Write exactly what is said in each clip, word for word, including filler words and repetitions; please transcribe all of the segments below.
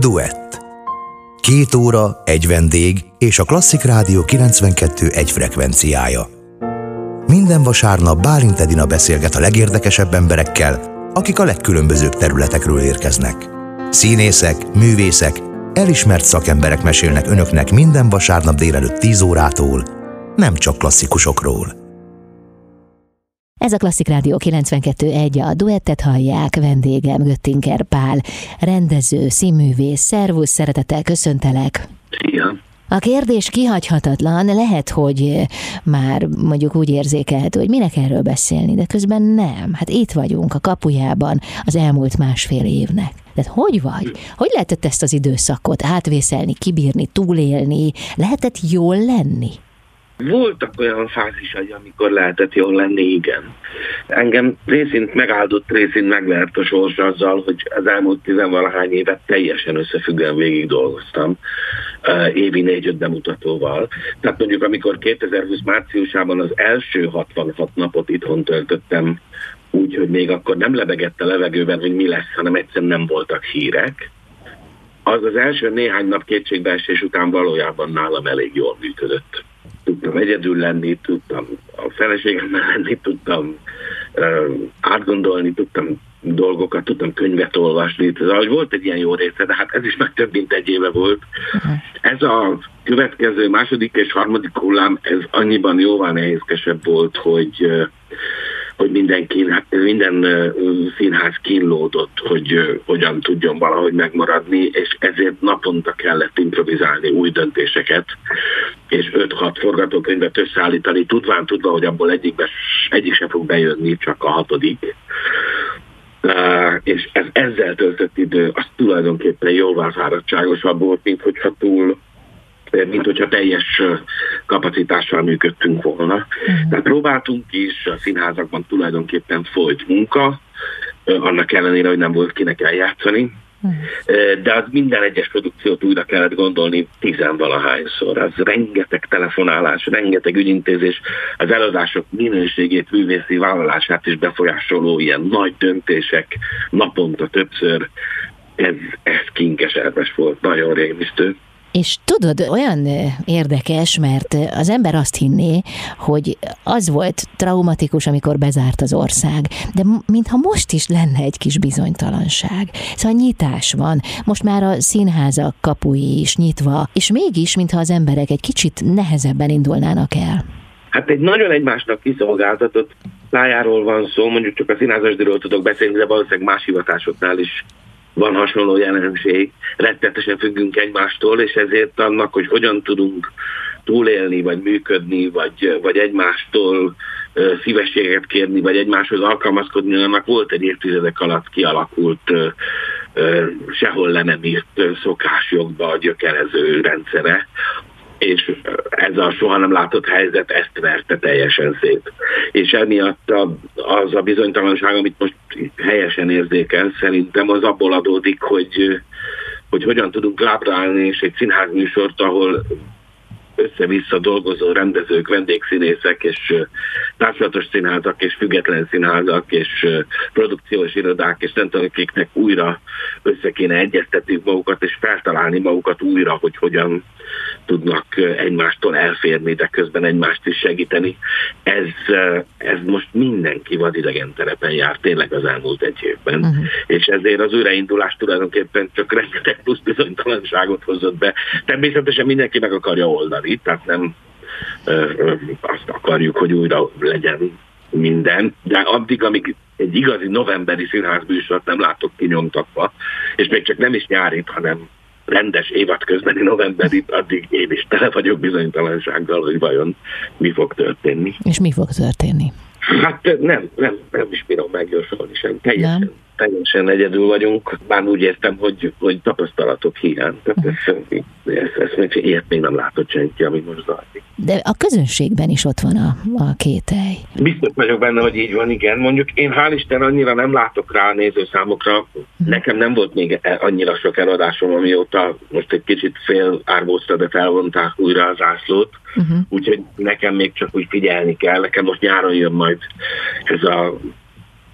Duett. Két óra, egy vendég és a Klasszik Rádió kilencvenkettő egy frekvenciája. Minden vasárnap Bálint Edina beszélget a legérdekesebb emberekkel, akik a legkülönbözőbb területekről érkeznek. Színészek, művészek, elismert szakemberek mesélnek önöknek minden vasárnap délelőtt tíz órától, nem csak klasszikusokról. Ez a Klasszik Rádió kilencvenkettő egy, a Duettet hallják, vendégem Göttinger Pál, rendező, színművész. Szervusz, szeretettel köszöntelek. Szia. A kérdés kihagyhatatlan, lehet, hogy már mondjuk úgy érzékelhető, hogy minek erről beszélni, de közben nem. Hát itt vagyunk a kapujában az elmúlt másfél évnek. Tehát hogy vagy? Hogy lehetett ezt az időszakot átvészelni, kibírni, túlélni? Lehetett jól lenni? Voltak olyan fázisai, amikor lehetett jól lenni, igen. Engem részint megáldott, részint megvert a sors azzal, hogy az elmúlt tizenvalahány évet teljesen összefüggően végig dolgoztam, évi négy-öt bemutatóval. Tehát mondjuk, amikor kétezer-húsz márciusában az első hatvanhat napot itthon töltöttem, úgy, hogy még akkor nem lebegett a levegőben, hogy mi lesz, hanem egyszerűen nem voltak hírek, az az első néhány nap kétségbeesés után valójában nálam elég jól működött. Tudtam egyedül lenni, tudtam a feleségemmel lenni, tudtam uh, átgondolni, tudtam dolgokat, tudtam könyvet olvasni. Tehát volt egy ilyen jó része, de hát ez is már több mint egy éve volt. Uh-huh. Ez a következő második és harmadik hullám, ez annyiban jóval nehézkesebb volt, hogy uh, hogy mindenki, minden uh, színház kínlódott, hogy uh, hogyan tudjon valahogy megmaradni, és ezért naponta kellett improvizálni új döntéseket, és öt-hat forgatókönyvet összeállítani, tudván tudva, hogy abból egyikbe, egyik sem fog bejönni, csak a hatodik. Uh, és ez ezzel töltött idő, az tulajdonképpen jóval fáradtságosabb volt, mint hogyha túl mint hogyha teljes kapacitással működtünk volna. Uh-huh. Tehát próbáltunk is, a színházakban tulajdonképpen folyt munka, annak ellenére, hogy nem volt kinek eljátszani, uh-huh. de az minden egyes produkciót újra kellett gondolni tizenvalahányszor. Az rengeteg telefonálás, rengeteg ügyintézés, az előadások minőségét, művészi vállalását is befolyásoló ilyen nagy döntések naponta többször. Ez, ez kinkeserves volt, nagyon rémisztő. És tudod, olyan érdekes, mert az ember azt hinné, hogy az volt traumatikus, amikor bezárt az ország, de mintha most is lenne egy kis bizonytalanság. Szóval nyitás van, most már a színházak kapui is nyitva, és mégis, mintha az emberek egy kicsit nehezebben indulnának el. Hát egy nagyon egymásnak kiszolgáltatott pályáról van szó, mondjuk csak a színházasdíjról tudok beszélni, de valószínűleg más hivatásoknál is van hasonló jelenség, rettetesen függünk egymástól, és ezért annak, hogy hogyan tudunk túlélni, vagy működni, vagy, vagy egymástól uh, szívességet kérni, vagy egymáshoz alkalmazkodni, annak volt egy évtizedek alatt kialakult, uh, uh, sehol le nem írt uh, szokásjogba gyökerező rendszere, és ez a soha nem látott helyzet ezt verte teljesen szét. És emiatt az a bizonytalanság, amit most helyesen érzékel, szerintem az abból adódik, hogy, hogy hogyan tudunk lábra állni, és egy színházműsort, ahol össze-vissza dolgozó rendezők, vendégszínészek, és társulatos színházak, és független színházak, és produkciós irodák, és nem tudom, akiknek újra össze kéne egyeztetni magukat, és feltalálni magukat újra, hogy hogyan tudnak egymástól elférni, de közben egymást is segíteni. Ez, ez most mindenki vadidegen terepen jár tényleg az elmúlt egy évben. Uh-huh. És ezért az újraindulás tulajdonképpen csak rengeteg plusz bizonytalanságot hozott be. Természetesen mindenki meg akarja oldani, tehát nem ö, ö, azt akarjuk, hogy újra legyen minden, de addig, amíg egy igazi novemberi színházműsort nem látok kinyomtatva, és még csak nem is nyárit, hanem rendes évad-közbeni novemberit, addig én is tele vagyok bizonytalansággal, hogy vajon mi fog történni. És mi fog történni? Hát nem, nem, nem is bírom megjósolni sem. Teljesen, teljesen egyedül vagyunk. Bár úgy értem, hogy, hogy tapasztalatok hiány. Tehát ez, ez, ez, ez, ilyet még nem látott senki, ami most zajlik. De a közönségben is ott van a, a kételj. Biztos vagyok benne, hogy így van, igen. Mondjuk én hál' Isten annyira nem látok rá a nézőszámokra. Nekem nem volt még annyira sok eladásom, amióta most egy kicsit fél árbózta, de felvonták újra az zászlót. Uh-huh. Úgyhogy nekem még csak úgy figyelni kell. Nekem most nyáron jön majd ez a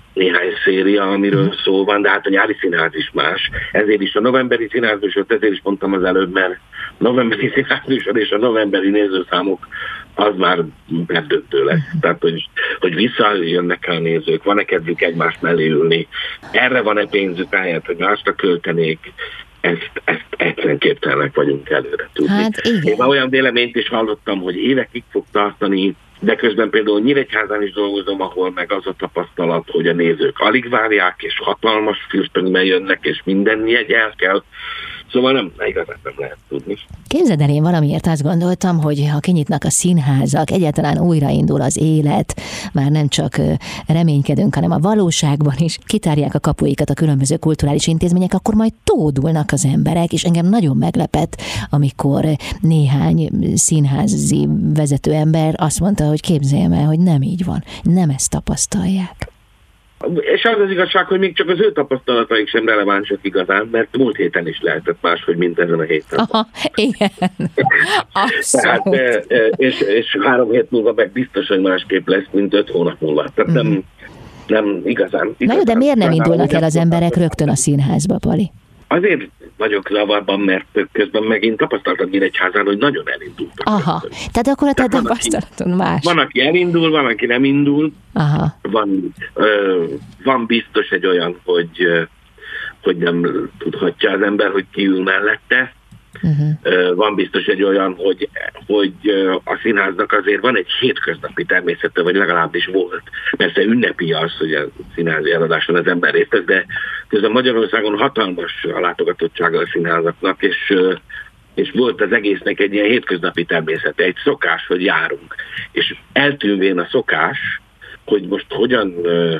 néhány széria, amiről szó van, de hát a nyári színház is más. Ezért is a novemberi színházműsort, ezért is mondtam az előbb, mert novemberi színházműsor és a novemberi nézőszámok az már perdöntő lesz. Tehát, hogy, hogy visszajönnek el a nézők, van-e kedvük egymás mellé ülni, erre van-e pénzük ahelyett, hogy másra költenék, ezt, ezt egyszerűen képtelenek vagyunk előre tudni. Hát igen. Én már olyan véleményt is hallottam, hogy évekig fog tartani, de közben például Nyíregyházán is dolgozom, ahol meg az a tapasztalat, hogy a nézők alig várják, és hatalmas fürtökben jönnek, és minden jegy el kell. Szóval nem, igazán nem lehet tudni. Képzeld el, én valamiért azt gondoltam, hogy ha kinyitnak a színházak, egyáltalán újraindul az élet, már nem csak reménykedünk, hanem a valóságban is kitárják a kapuikat a különböző kulturális intézmények, akkor majd tódulnak az emberek, és engem nagyon meglepett, amikor néhány színházi vezető ember azt mondta, hogy képzeljem el, hogy nem így van, nem ezt tapasztalják. És az az igazság, hogy még csak az ő tapasztalataik sem relevánsak igazán, mert múlt héten is lehetett máshogy, mint ezen a héten. Aha, igen. Tehát, és, és három hét múlva meg biztos, hogy másképp lesz, mint öt hónap múlva. Tehát nem, mm. nem igazán, igazán. Na jó, de miért nem indulnak el az emberek rögtön a színházba, Pali? Azért vagyok zavarban, mert közben megint tapasztaltam Nyíregyházán, hogy nagyon elindultak. Aha, rögtön. Tehát akkor a te tapasztalatod más. Van, aki elindul, van, aki nem indul. Aha. Van, ö, van biztos egy olyan, hogy, hogy nem tudhatja az ember, hogy ki ül mellette. Uh-huh. Van biztos egy olyan, hogy, hogy a színháznak azért van egy hétköznapi természete, vagy legalábbis volt. Persze ünnepi az, hogy a színházi eladáson az ember részt vesz, de közben Magyarországon hatalmas a látogatottsága a színházaknak, és, és volt az egésznek egy ilyen hétköznapi természete, egy szokás, hogy járunk. És eltűnvén a szokás, hogy most hogyan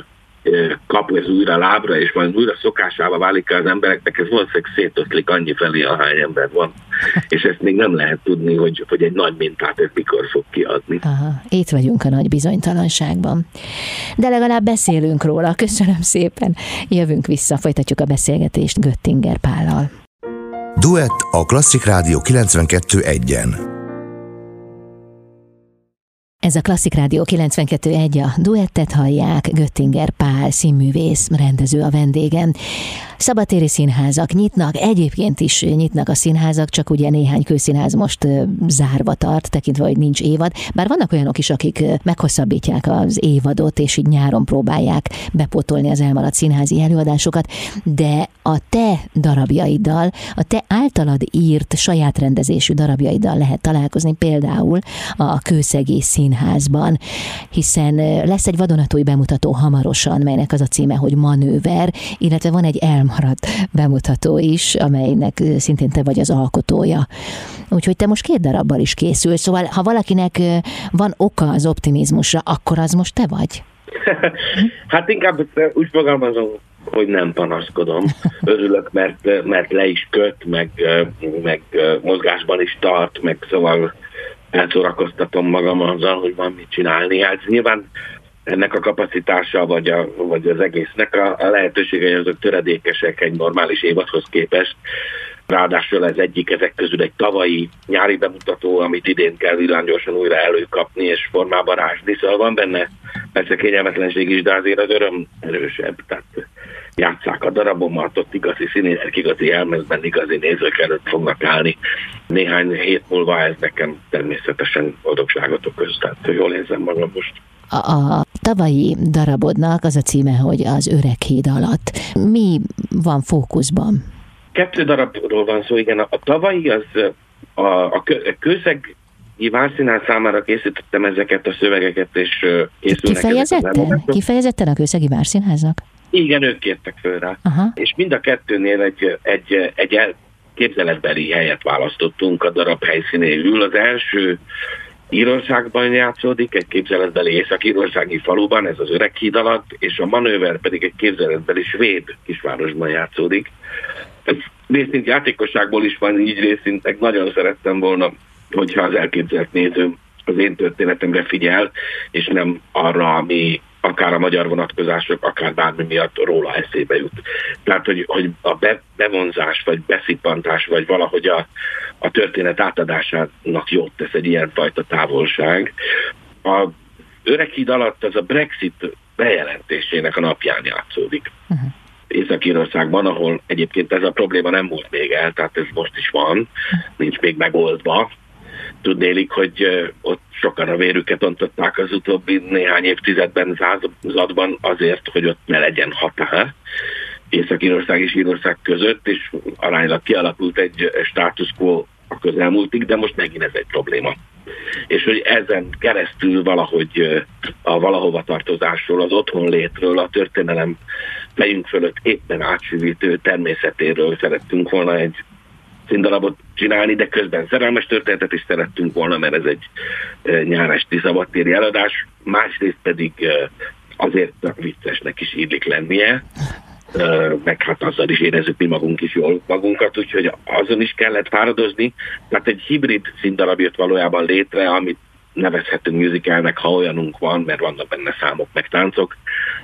kap ez újra lábra, és majd újra szokásába válik az embereknek, ez valószínűleg szétoszlik annyi felé, ahány ember van. És ezt még nem lehet tudni, hogy, hogy egy nagy mintát ez mikor fog kiadni. Aha, itt vagyunk a nagy bizonytalanságban. De legalább beszélünk róla. Köszönöm szépen. Jövünk vissza, folytatjuk a beszélgetést Göttinger Pállal. Duett a Klasszik Rádió kilencvenkettő egyen. Ez a Klasszik Rádió kilencvenkettő egy, a duettet hallják, Göttinger Pál színművész, rendező a vendégen. Szabadtéri színházak nyitnak, egyébként is nyitnak a színházak, csak ugye néhány kőszínház most zárva tart, tekintve, hogy nincs évad. Bár vannak olyanok is, akik meghosszabbítják az évadot, és így nyáron próbálják bepótolni az elmaradt színházi előadásokat, de a te darabjaiddal, a te általad írt saját rendezésű darabjaiddal lehet találkozni, például a Kőszegi Színházban, hiszen lesz egy vadonatúj bemutató hamarosan, melynek az a címe, hogy Manőver, illetve van egy elmaradt bemutató is, amelynek szintén te vagy az alkotója. Úgyhogy te most két darabbal is készül, szóval ha valakinek van oka az optimizmusra, akkor az most te vagy? Hát inkább úgy fogalmazom, hogy nem panaszkodom. Örülök, mert, mert le is köt, meg, meg mozgásban is tart, meg szóval elszórakoztatom magam azzal, hogy van mit csinálni. Hát nyilván ennek a kapacitása, vagy, a, vagy az egésznek a, a lehetőségei azok töredékesek egy normális évadhoz képest. Ráadásul ez egyik ezek közül egy tavalyi nyári bemutató, amit idén kell villámgyorsan újra előkapni és formába rásni. Szóval van benne persze kényelmetlenség is, de azért az öröm erősebb. Tehát játsszák a darabomat, ott igazi színészek, igazi elmezben, igazi nézők előtt fognak állni. Néhány hét múlva ez nekem természetesen boldogságot okoz, tehát jól érzem magam most. A, a tavalyi darabodnak az a címe, hogy Az Öreg híd alatt. Mi van fókuszban? Kettő darabról van szó, igen. A, a tavalyi az a, a Kőszegi Várszínház számára készítettem ezeket a szövegeket, és készülnek. Kifejezetten? Kifejezetten a Kőszegi Várszínháznak? Igen, ők kértek föl rá. Aha. És mind a kettőnél egy, egy, egy képzeletbeli helyet választottunk a darab helyszínéül. Az első Írországban játszódik, egy képzeletbeli észak-írországi faluban, ez az Öreg híd alatt, és a Manőver pedig egy képzeletbeli svéd kisvárosban játszódik. Ez részint játékosságból is van, így részint meg nagyon szerettem volna, hogyha az elképzelt néző az én történetemre figyel, és nem arra, ami akár a magyar vonatkozások, akár bármi miatt róla eszébe jut. Tehát, hogy, hogy a be, bevonzás, vagy beszippantás, vagy valahogy a, a történet átadásának jót tesz egy ilyenfajta távolság. A Öreg híd alatt az a Brexit bejelentésének a napján játszódik. Uh-huh. Észak-Írországban, ahol egyébként ez a probléma nem volt még el, tehát ez most is van, nincs még megoldva. Tudnélik, hogy ott sokan a vérüket ontották az utóbbi néhány évtizedben, században azért, hogy ott ne legyen határ Észak-Írország és Írország között, és aránylag kialakult egy status quo a közelmúltig, de most megint ez egy probléma. És hogy ezen keresztül valahogy a valahova tartozásról, az otthonlétről, a történelem fejünk fölött éppen átsüvítő természetéről szerettünk volna egy színdarabot csinálni, de közben szerelmes történetet is szerettünk volna, mert ez egy nyáresti szabadtéri eladás, másrészt pedig azért viccesnek is illik lennie, meg hát azzal is érezzük mi magunk is jól magunkat, úgyhogy azon is kellett fáradozni. Tehát egy hibrid színdarab jött valójában létre, amit nevezhetünk musicalnek, ha olyanunk van, mert vannak benne számok, meg táncok,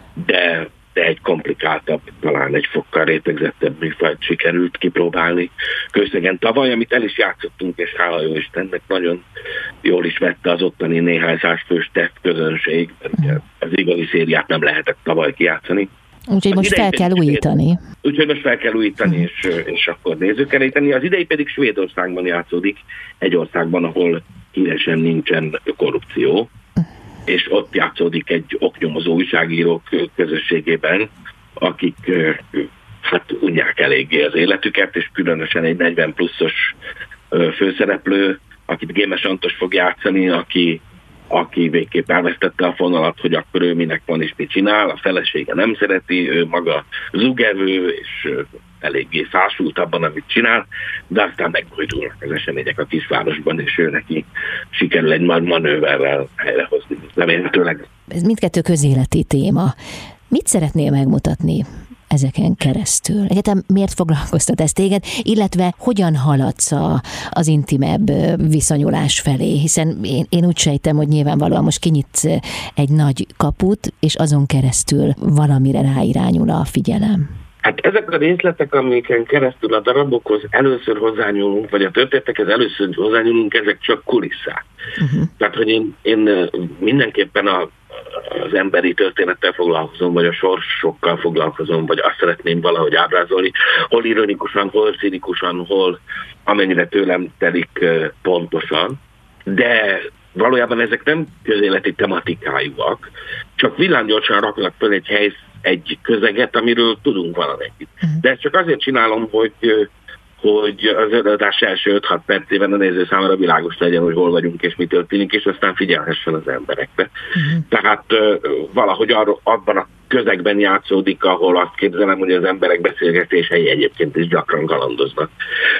de, de egy komplikáltabb, talán egy fokkal rétegzettebb műfajt sikerült kipróbálni Kőszegen tavaly, amit el is játszottunk, és hála jó Istennek nagyon jól is vette az ottani néhány százfős testközönség, mert az igazi szériát nem lehetett tavaly kijátszani. Úgyhogy most fel kell újítani. Úgyhogy most fel kell újítani, és, és akkor nézzük kell tenni. Az idei pedig Svédországban játszódik, egy országban, ahol híresen nincsen korrupció, és ott játszódik egy oknyomozó újságírók közösségében, akik hát unják eléggé az életüket, és különösen egy negyven pluszos főszereplő, akit Gémes Antos fog játszani, aki aki végképp elvesztette a fonalat, hogy akkor ő minek van és mit csinál, a felesége nem szereti, ő maga zugevő, és eléggé fásult abban, amit csinál, de aztán megbojdulnak az események a kisvárosban, és ő neki sikerül egy nagy manőverrel helyrehozni. Remélhetőleg. Ez mindkettő közéleti téma. Mit szeretnél megmutatni ezeken keresztül? Egyetem miért foglalkoztat ez téged, illetve hogyan haladsz a, az intimebb viszonyulás felé? Hiszen én, én úgy sejtem, hogy nyilvánvalóan most kinyitsz egy nagy kaput, és azon keresztül valamire ráirányul a figyelem. Hát ezek a részletek, amiken keresztül a darabokhoz először hozzányúlunk, vagy a történetekhez először hozzányúlunk, ezek csak kulisszák. Uh-huh. Tehát, hogy én, én mindenképpen a az emberi történettel foglalkozom, vagy a sorsokkal foglalkozom, vagy azt szeretném valahogy ábrázolni, hol ironikusan, hol cinikusan, hol amennyire tőlem telik pontosan, de valójában ezek nem közéleti tematikájúak, csak villámgyorsan raknak föl egy hely, egy közeget, amiről tudunk valamennyit. De ezt csak azért csinálom, hogy hogy az előadás első öt-hat percében a néző számára világos legyen, hogy hol vagyunk és mi történik, és aztán figyelhessen az emberekre. Uh-huh. Tehát uh, valahogy arra, abban a közegben játszódik, ahol azt képzelem, hogy az emberek beszélgetései egyébként is gyakran kalandoznak.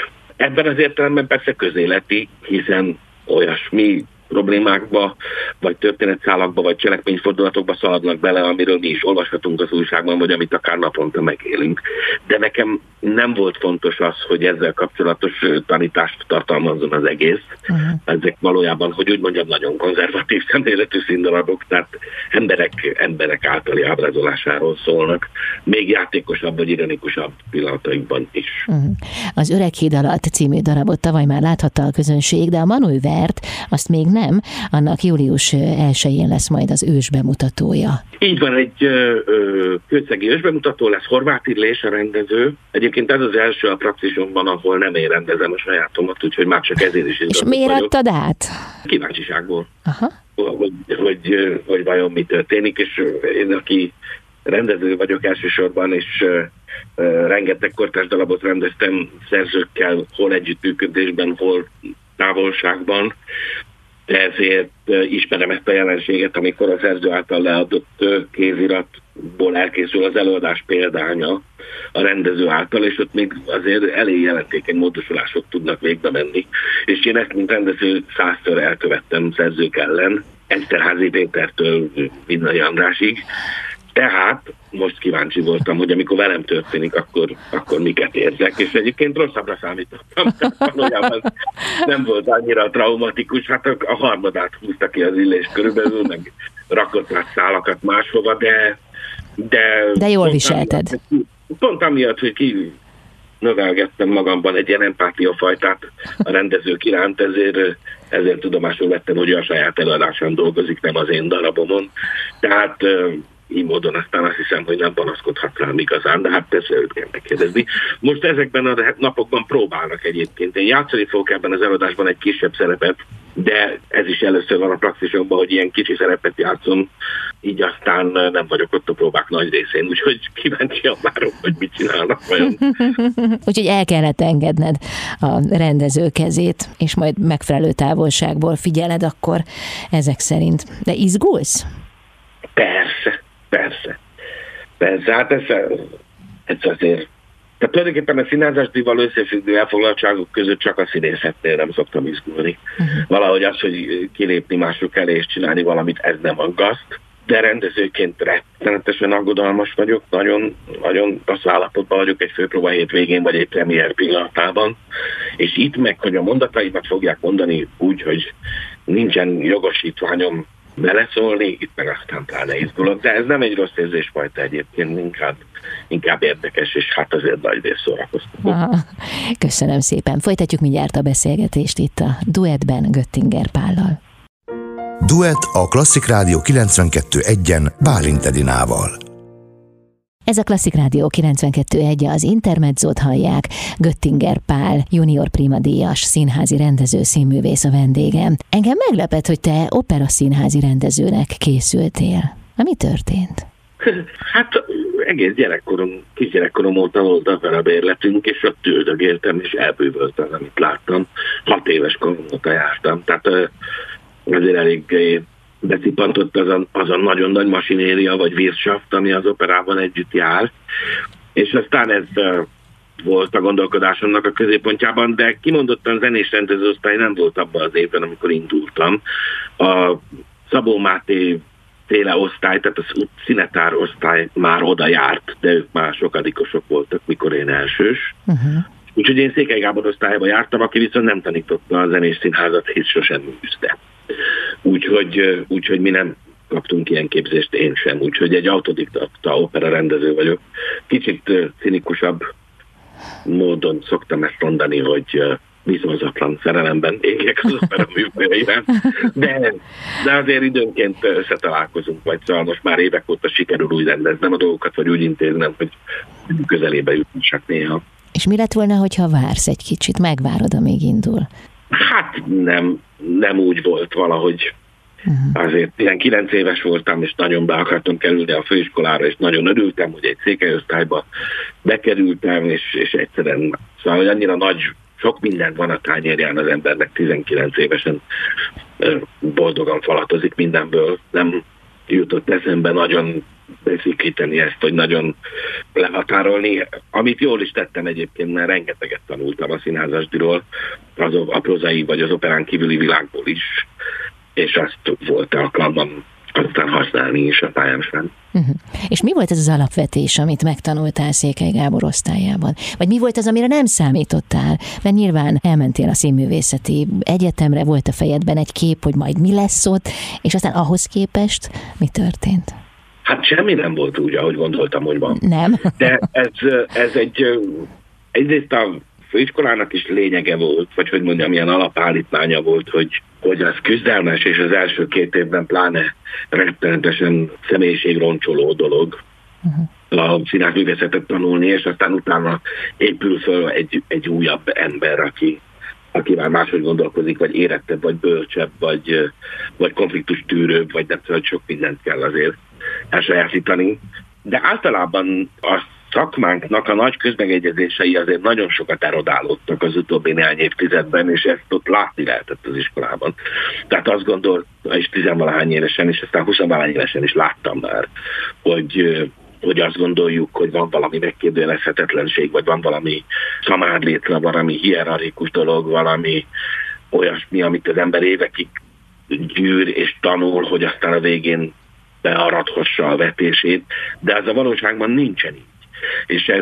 Ebben az értelemben persze közéleti, hiszen olyasmi problémákba, vagy történetszálakba, vagy cselekményfordulatokba szaladnak bele, amiről mi is olvashatunk az újságban, vagy amit akár naponta megélünk. De nekem nem volt fontos az, hogy ezzel kapcsolatos tanítást tartalmazzon az egész. Uh-huh. Ezek valójában, hogy úgy mondjam, nagyon konzervatív szemléletű színdarabok, tehát emberek, emberek általi ábrázolásáról szólnak, még játékosabb vagy ironikusabb pillanataikban is. Uh-huh. Az Öreg híd alatt című darabot tavaly már láthatta a közönség, de a manővert azt még nem, annak július elsején lesz majd az ős bemutatója. Így van, egy ö, ö, kőszegi ősbemutató lesz, Horváth Illés a rendező. Egyébként ez az első a praxisomban, ahol nem én rendezem a sajátomat, úgyhogy már csak ezért is És miért adtad át? Kíváncsiságból. Aha. Hogy, hogy, hogy vajon mi történik, és én, aki rendező vagyok elsősorban, és ö, ö, rengeteg kortárs darabot rendeztem szerzőkkel, hol együttműködésben, hol távolságban, ezért ismerem ezt a jelenséget, amikor a szerző által leadott kéziratból elkészül az előadás példánya a rendező által, és ott még azért elég jelentékeny módosulások tudnak végbe menni. És én ezt, mint rendező, százszor elkövettem szerzők ellen, Eszterházy Pétertől Vinnai Andrásig. Tehát most kíváncsi voltam, hogy amikor velem történik, akkor, akkor miket érzek, és egyébként rosszabbra számítottam. Valójában nem volt annyira traumatikus, hát a harmadát húzta ki az Illés körülbelül, meg rakott át szálakat máshova, de... De, de jól viselted. Amiatt, pont amiatt, hogy ki növelgettem magamban egy ilyen empátiafajtát a rendezők iránt, ezért, ezért tudomásul vettem, hogy a saját előadásán dolgozik, nem az én darabomon. Tehát így módon aztán azt hiszem, hogy nem panaszkodhat rám igazán, de hát persze őt kell megkérdezni. Most ezekben a napokban próbálnak egyébként. Én játszani fogok ebben az előadásban egy kisebb szerepet, de ez is először van a praxisomban, hogy ilyen kicsi szerepet játszom, így aztán nem vagyok ott a próbák nagy részén, úgyhogy kíváncsian várom, hogy mit csinálnak vajon. Úgyhogy el kellett engedned a rendező kezét, és majd megfelelő távolságból figyeled akkor ezek szerint. De izgulsz? Persze, persze. Persze, hát ez, ez azért... Tehát tulajdonképpen a színházasdíjval összefüggő elfoglaltságok között csak a színészetnél nem szoktam izgulni. Uh-huh. Valahogy az, hogy kilépni mások elé és csinálni valamit, ez nem aggaszt. De rendezőként rettenetesen aggodalmas vagyok, nagyon, nagyon rossz állapotban vagyok egy főpróba hétvégén, vagy egy premier pillanatában. És itt meg, hogy a mondataimat fogják mondani úgy, hogy nincsen jogosítványom beleszólni, itt meg aztán pláne izgulok, de ez nem egy rossz érzésfajta egyébként, inkább, inkább érdekes, és hát azért nagy rész szórakoztató. Köszönöm szépen. Folytatjuk mindjárt a beszélgetést itt a Duettben Göttinger Pállal. Duett a Klasszik Rádió kilencvenkettő egyen Bálint Edinával. Ez a Klasszik Rádió kilencvenkettő egy, az Intermezzót hallják. Göttinger Pál, junior primadíjas színházi rendező, színművész a vendégem. Engem meglepett, hogy te operaszínházi rendezőnek készültél. Na, mi történt? Hát egész gyerekkorom, kisgyerekkorom óta volt opera bérletünk, és ott üldögéltem, és elbűvöltem, amit láttam. Hat éves korom óta jártam, tehát azért elég becippantott az a, az a nagyon nagy masinéria, vagy Wirtschaft, ami az operában együtt jár. És aztán ez uh, volt a gondolkodásomnak a középpontjában, de kimondottan zenés rendezőosztály nem volt abban az évben, amikor indultam. A Szabó Máté féle osztály, tehát a színetár osztály már oda járt, de ők már sokadikosok voltak, mikor én elsős. Uh-huh. Úgyhogy én Székely Gábor osztályba jártam, aki viszont nem tanította a zenés színházat, hisz sosem műzte. Úgyhogy, úgyhogy mi nem kaptunk ilyen képzést, én sem. Úgyhogy egy autodidakta opera rendező vagyok. Kicsit cinikusabb módon szoktam ezt mondani, hogy viszonzatlan szerelemben égek az opera műfőjében, de, de azért időnként összetalálkozunk, vagy szóval most már évek óta sikerül úgy rendeznem a dolgokat, vagy úgy intéznem, hogy közelébe jutni csak néha. És mi lett volna, hogyha vársz egy kicsit, megvárod, amíg indul? Hát nem, nem úgy volt valahogy. Uh-huh. Azért ilyen kilenc éves voltam, és nagyon be akartam kerülni a főiskolára, és nagyon örültem, hogy egy székelyosztályba bekerültem, és, és egyszerűen, szóval hogy annyira nagy, sok mindent van a tányérján az embernek, tizenkilenc évesen boldogan falatozik mindenből. Nem jutott eszembe nagyon beszikíteni ezt, hogy nagyon lehatárolni. Amit jól is tettem egyébként, mert rengeteget tanultam a színházasdiról, az a prozai vagy az operán kívüli világból is, és azt volt alkalmam aztán használni is a pályán sem. Uh-huh. És mi volt ez az alapvetés, amit megtanultál Székely Gábor osztályában? Vagy mi volt az, amire nem számítottál? Mert nyilván elmentél a színművészeti egyetemre, volt a fejedben egy kép, hogy majd mi lesz ott, és aztán ahhoz képest mi történt? Hát semmi nem volt úgy, ahogy gondoltam, hogy van. Nem. De ez, ez egy, egyrészt a főiskolának is lényege volt, vagy hogy mondjam, ilyen alapállítmánya volt, hogy, hogy az küzdelmes, és az első két évben pláne rettenetesen személyiségroncsoló dolog uh-huh. a színházművészetet tanulni, és aztán utána épül föl egy, egy újabb ember, aki, aki már máshogy gondolkozik, vagy érettebb, vagy bölcsebb, vagy, vagy konfliktustűrőbb, vagy nem tudom, sok mindent kell azért elsajátítani. De általában a szakmánknak a nagy közmegegyezései azért nagyon sokat erodálódtak az utóbbi néhány évtizedben, és ezt ott látni lehetett az iskolában. Tehát azt gondolt, és tizenvalahány évesen, és aztán huszonvalahány évesen is láttam már, hogy, hogy azt gondoljuk, hogy van valami megkérdőjelezhetetlenség, vagy van valami szamárlétlen, valami hierarchikus dolog, valami olyasmi, amit az ember évekig gyűr és tanul, hogy aztán a végén bearadhassa a vetését, de ez a valóságban nincsen így. És ez,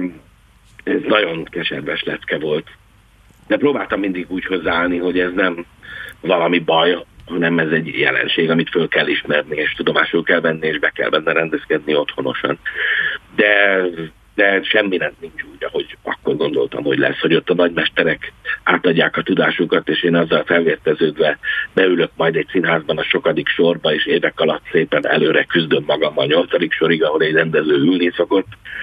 ez nagyon keserves lecke volt. De próbáltam mindig úgy hozzáállni, hogy ez nem valami baj, hanem ez egy jelenség, amit föl kell ismerni, és tudomásul kell venni, és be kell benne rendezkedni otthonosan. De de semmi nem nincs úgy, ahogy akkor gondoltam, hogy lesz, hogy ott a nagymesterek átadják a tudásukat, és én azzal felvérteződve beülök majd egy színházban a sokadik sorba, és évek alatt szépen előre küzdöm magammal a nyolcadik sorig, ahol egy rendező ülni szokott,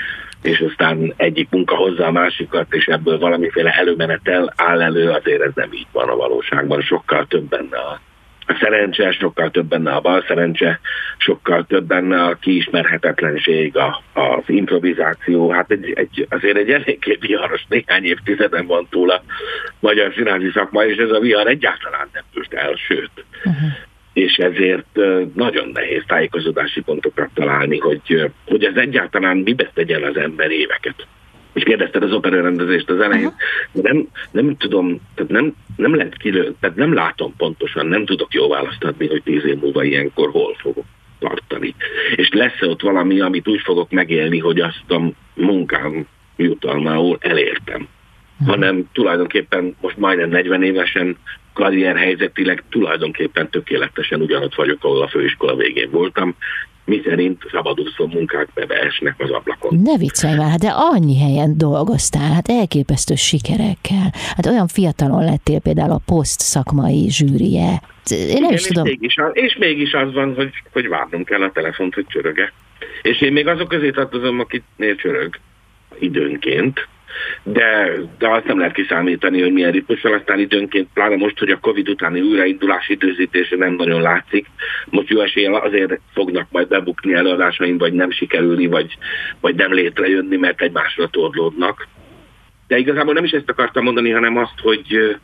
és aztán egyik munka hozza a másikat, és ebből valamiféle előmenetel áll elő, azért ez nem így van a valóságban, sokkal több benne a A szerencse, sokkal több benne a bal szerencse, sokkal több benne a kiismerhetetlenség, a, az improvizáció. Hát egy, egy, azért egy eléggé viharos néhány évtizeden van túl a magyar színházi szakma, és ez a vihar egyáltalán nem tűnt el, sőt. Uh-huh. És ezért nagyon nehéz tájékozódási pontokat találni, hogy, hogy ez egyáltalán mibe tegyen az ember éveket. És kérdezted az operarendezést az elején, uh-huh. nem, nem tudom, tehát nem, nem lehet kilő, tehát nem látom pontosan, nem tudok jó választ adni, hogy tíz év múlva ilyenkor hol fogok tartani. És lesz-e ott valami, amit úgy fogok megélni, hogy azt a munkám jutalmául elértem. Uh-huh. Hanem tulajdonképpen most majdnem negyven évesen, karrierhelyzetileg tulajdonképpen tökéletesen ugyanott vagyok, ahol a főiskola végén voltam, miszerint szabadúszó munkák beesnek az ablakon. Ne viccelj már, de annyi helyen dolgoztál, hát elképesztő sikerekkel. Hát olyan fiatalon lettél például a Poszt szakmai zsűrije. Én nem Igen, is tudom. És mégis, és mégis az van, hogy, hogy várnom kell a telefont, hogy csöröge. És én még azok közé tartozom, akiknél csörög időnként, de, de azt nem lehet kiszámítani, hogy milyen ritmussal, aztán időnként, pláne most, hogy a Covid utáni újraindulás időzítése nem nagyon látszik. Most jó eséllyel azért fognak majd bebukni előadásaim, vagy nem sikerülni, vagy, vagy nem létrejönni, mert egymásra torlódnak. De igazából nem is ezt akartam mondani, hanem azt, hogy,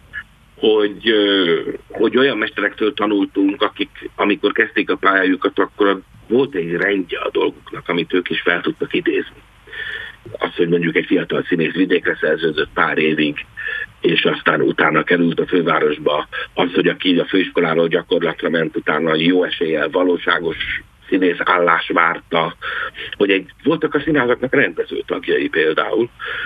hogy, hogy olyan mesterektől tanultunk, akik amikor kezdték a pályájukat, akkor volt egy rendje a dolguknak, amit ők is fel tudtak idézni. Az, hogy mondjuk egy fiatal színész vidékre szerződött pár évig, és aztán utána került a fővárosba, az, hogy aki a főiskoláról gyakorlatra ment, utána jó eséllyel valóságos színész állás várta, hogy egy, voltak a színházaknak rendező tagjai például.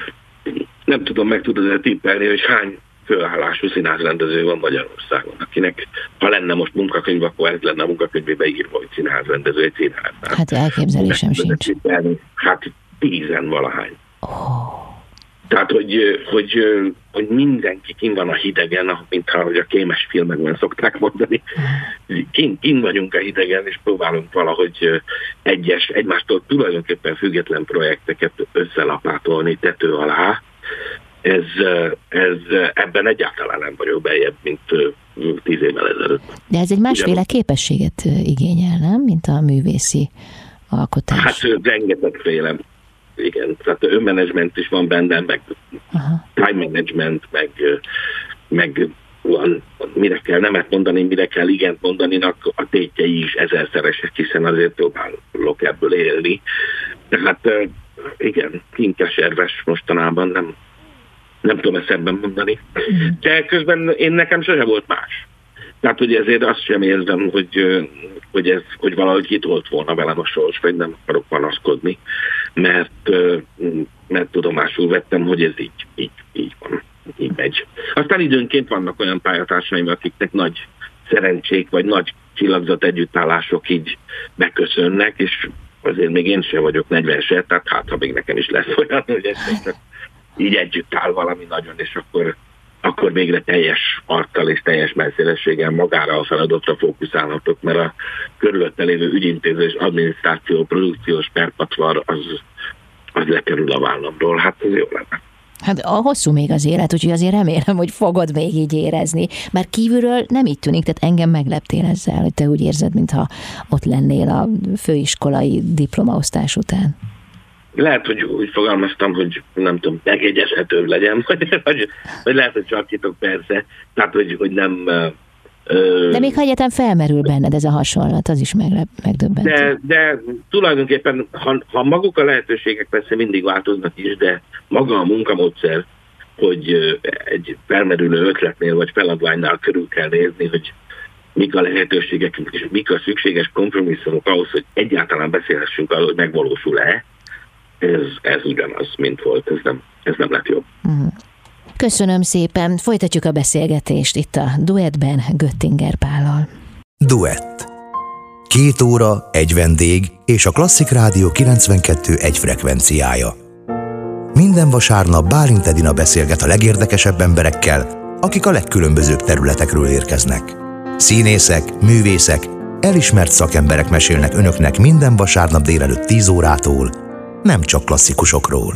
Nem tudom, meg tudod tippelni, hogy hány főállású színházrendező van Magyarországon, akinek, ha lenne most munkakönyv, akkor ez lenne a munkakönyvébe írva, hogy színházrendező egy színháznál. Hát elképzelésem sincs. Tippelni. Hát tízen valahány. Oh. Tehát, hogy, hogy, hogy mindenki kin van a hidegen, mint ahogy a kémes filmekben szokták mondani. Kin, kin vagyunk a hidegen, és próbálunk valahogy egyes, egymástól tulajdonképpen független projekteket összelapátolni tető alá. Ez, ez ebben egyáltalán nem vagyok beljebb, mint tíz évvel ezelőtt. De ez egy másféle Ugyan, képességet igényel, nem? Mint a művészi alkotás. Hát rengetegféle. Igen, tehát önmenedzsment is van bennem, meg Aha. time management, meg, meg van, mire kell nemet mondani, mire kell igent mondaninak, a tétjei is ezerszeresek, hiszen azért próbálok ebből élni. Tehát igen, kinkeserves mostanában, nem, nem tudom ezt ebben mondani. De közben én nekem sose volt más. Tehát, hogy ezért azt sem érzem, hogy, hogy, ez, hogy valahogy kitolt volna velem a sors, vagy nem akarok panaszkodni, mert, mert tudomásul vettem, hogy ez így, így, így van, így megy. Aztán időnként vannak olyan pályatársaim, akiknek nagy szerencsék, vagy nagy csillagzat együttállások így beköszönnek, és azért még én sem vagyok negyven se, tehát hát, ha még nekem is lesz olyan, hogy ez csak így együtt áll valami nagyon, és akkor akkor végre teljes arccal és teljes messzélességgel magára a feladatra fókuszálhatok, mert a körülötte lévő ügyintézés, adminisztráció, produkciós perpatvar az, az lekerül a vállamról. Hát ez jó lenne. Hát a hosszú még az élet, úgyhogy azért remélem, hogy fogod még így érezni. Mert kívülről nem így tűnik, tehát engem megleptél ezzel, hogy te úgy érzed, mintha ott lennél a főiskolai diplomaosztás után. Lehet, hogy úgy fogalmaztam, hogy nem tudom, megjegyezhetőbb legyen, vagy, vagy, vagy lehet, hogy sarkítok persze, tehát, hogy, hogy nem... Ö, de még ha egyetem felmerül benned ez a hasonlat, az is meglep, megdöbbentő. De, de tulajdonképpen, ha, ha maguk a lehetőségek persze mindig változnak is, de maga a munkamódszer, hogy egy felmerülő ötletnél vagy feladványnál körül kell nézni, hogy mik a lehetőségek, és mik a szükséges kompromisszumok ahhoz, hogy egyáltalán beszélhessünk arról, hogy megvalósul-e, Ez, ez ugyanaz, mint volt, ez nem, ez nem lett jobb. Köszönöm szépen, folytatjuk a beszélgetést itt a Duettben Göttinger Pállal. Duett. Két óra, egy vendég és a Klasszik Rádió kilencvenkettő egy frekvenciája. Minden vasárnap Bálint Edina beszélget a legérdekesebb emberekkel, akik a legkülönbözőbb területekről érkeznek. Színészek, művészek, elismert szakemberek mesélnek önöknek minden vasárnap délelőtt tíz órától, nem csak klasszikusokról.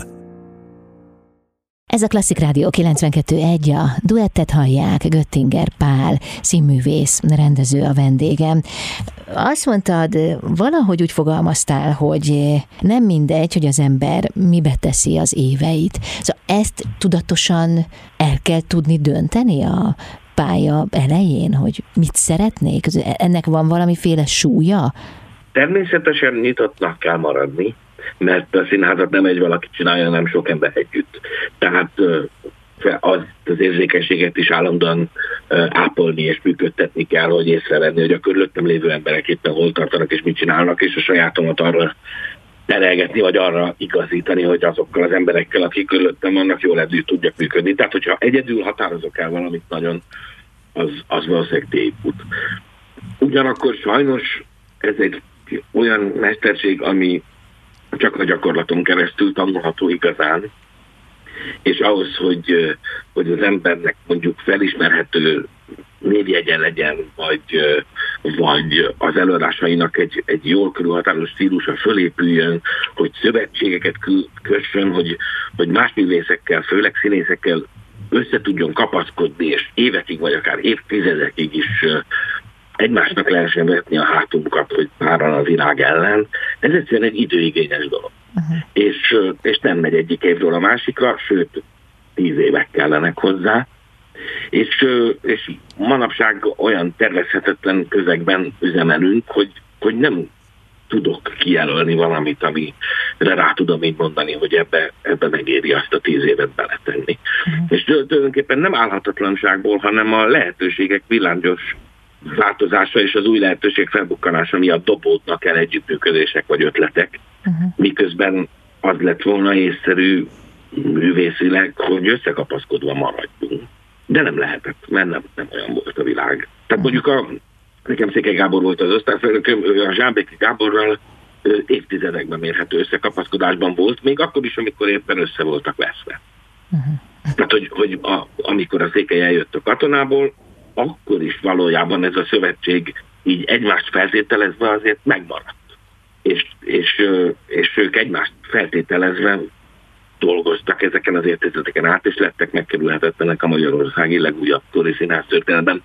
Ez a Klasszik Rádió kilencvenkettő egy, a duettet hallják, Göttinger Pál, színművész, rendező a vendégem. Azt mondtad, valahogy úgy fogalmaztál, hogy nem mindegy, hogy az ember mibe teszi az éveit. Szóval ezt tudatosan el kell tudni dönteni a pálya elején, hogy mit szeretnék? Ennek van valamiféle súlya? Természetesen nyitottnak kell maradni, mert a színházat nem egy valaki csinálja, nem sok ember együtt. Tehát az, az érzékenységet is állandóan ápolni és működtetni kell, hogy észrevenni, hogy a körülöttem lévő emberek éppen hol tartanak és mit csinálnak, és a sajátomat arra terelgetni, vagy arra igazítani, hogy azokkal az emberekkel, akik körülöttem vannak, jól együtt tudjak működni. Tehát, hogyha egyedül határozok el valamit nagyon, az, az valószínűleg tévút. Ugyanakkor sajnos ez egy olyan mesterség, ami csak a gyakorlaton keresztül tanulható igazán, és ahhoz, hogy, hogy az embernek mondjuk felismerhető névjegye legyen, vagy, vagy az előadásainak egy, egy jól körülhatározott stílusa fölépüljön, hogy szövetségeket kössön, hogy, hogy más művészekkel, főleg színészekkel össze tudjon kapaszkodni, és évekig, vagy akár évtizedekig is egymásnak lehessen vetni a hátunkat, hogy páran a világ ellen. Ez egyszerűen egy időigényes dolog. Uh-huh. És, és nem megy egyik évről a másikra, sőt, tíz évek kellenek hozzá. És, és manapság olyan tervezhetetlen közegben üzemelünk, hogy, hogy nem tudok kijelölni valamit, amire rá tudom így mondani, hogy ebbe, ebbe megéri azt a tíz évet beletenni. Uh-huh. És tulajdonképpen nem állhatatlanságból, hanem a lehetőségek villámgyors változása és az új lehetőség felbukkanása miatt dobódnak el együttműködések vagy ötletek, uh-huh. miközben az lett volna észszerű művészileg, hogy összekapaszkodva maradjunk. De nem lehetett, mert nem, nem olyan volt a világ. Tehát mondjuk a, nekem Székely Gábor volt az osztályfőnököm, a Zsámbéki Gáborral évtizedekben mérhető összekapaszkodásban volt, még akkor is, amikor éppen össze voltak veszve. Uh-huh. Tehát, hogy, hogy a, amikor a Székely eljött a katonából, akkor is valójában ez a szövetség így egymást feltételezve azért megmaradt. És, és, és ők egymást feltételezve dolgoztak ezeken az évtizedeken át, és lettek megkerülhetetlenek a magyarországi legújabb kori színház történetben.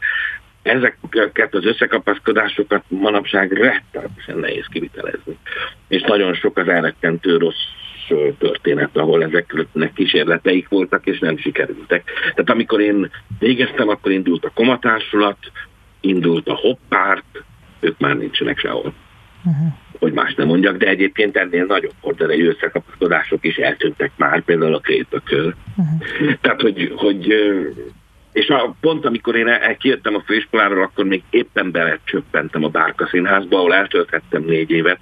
Ezeket az összekapaszkodásokat manapság rettenetesen nehéz kivitelezni. És nagyon sok az elrettentő rossz történet, ahol ezeknek kísérleteik voltak, és nem sikerültek. Tehát amikor én végeztem, akkor indult a Komatársulat, indult a Hoppárt, ők már nincsenek sehol. Uh-huh. Hogy más nem mondjak, de egyébként ennél nagyobb horderejű összekapaszkodások is eltűntek már, például a Krétakör. Uh-huh. Tehát, hogy, hogy és a, pont amikor én kijöttem a főiskoláról, akkor még éppen belecsöppentem a Bárka Színházba, ahol eltölthettem négy évet,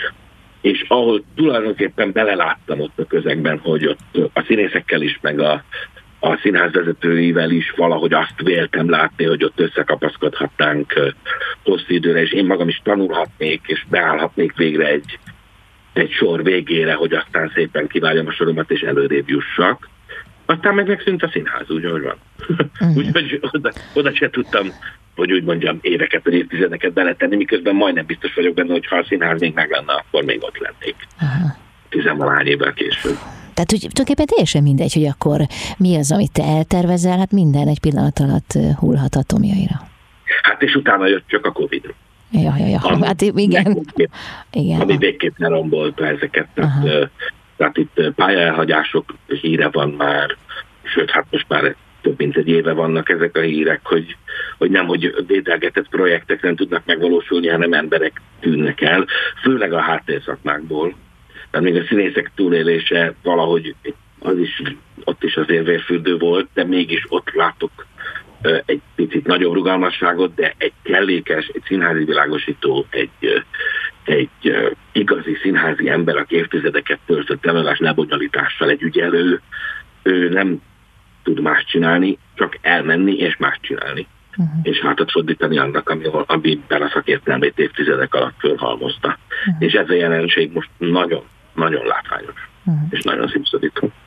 és ahol tulajdonképpen beleláttam ott a közegben, hogy ott a színészekkel is, meg a, a színház vezetőivel is valahogy azt véltem látni, hogy ott összekapaszkodhatnánk hosszú időre, és én magam is tanulhatnék, és beállhatnék végre egy, egy sor végére, hogy aztán szépen kiváljam a soromat, és előrébb jussak. Aztán meg megszűnt a színház, úgy, hogy van. Uh-huh. Úgyhogy oda, oda se tudtam, hogy úgy mondjam, éveket vagy évtizedeket beletenni, miközben majdnem biztos vagyok benne, hogy ha a színház még meg lenne, akkor még ott lennék. Uh-huh. Tizenvalahány évvel később. Tehát úgy, tulajdonképpen teljesen mindegy, hogy akkor mi az, amit te eltervezel, hát minden egy pillanat alatt hullhat atomjaira. Hát és utána jött csak a Covid. Ja, ja, ja. Ami, hát igen. igen. Ami végképp ne rombolta ezeket. Tehát, uh, tehát itt pályaelhagyások híre van már, sőt, hát most már több mint egy éve vannak ezek a hírek, hogy, hogy nem, hogy dédelgetett projektek nem tudnak megvalósulni, hanem emberek tűnnek el, főleg a háttérszakmákból. Tehát még a színészek túlélése valahogy az is, ott is azért vérfürdő volt, de mégis ott látok egy picit nagyobb rugalmasságot, de egy kellékes, egy színházi világosító, egy, egy igazi színházi ember, aki évtizedeket töltött előadás lebonyolítással, egy ügyelő, ő nem tud más csinálni, csak elmenni és más csinálni. Uh-huh. És hátat fordítani annak, ami, amiben a szakértelmét évtizedek alatt fölhalmozta. Uh-huh. És ez a jelenség most nagyon, nagyon látványos. Uh-huh. És nagyon szívszorító.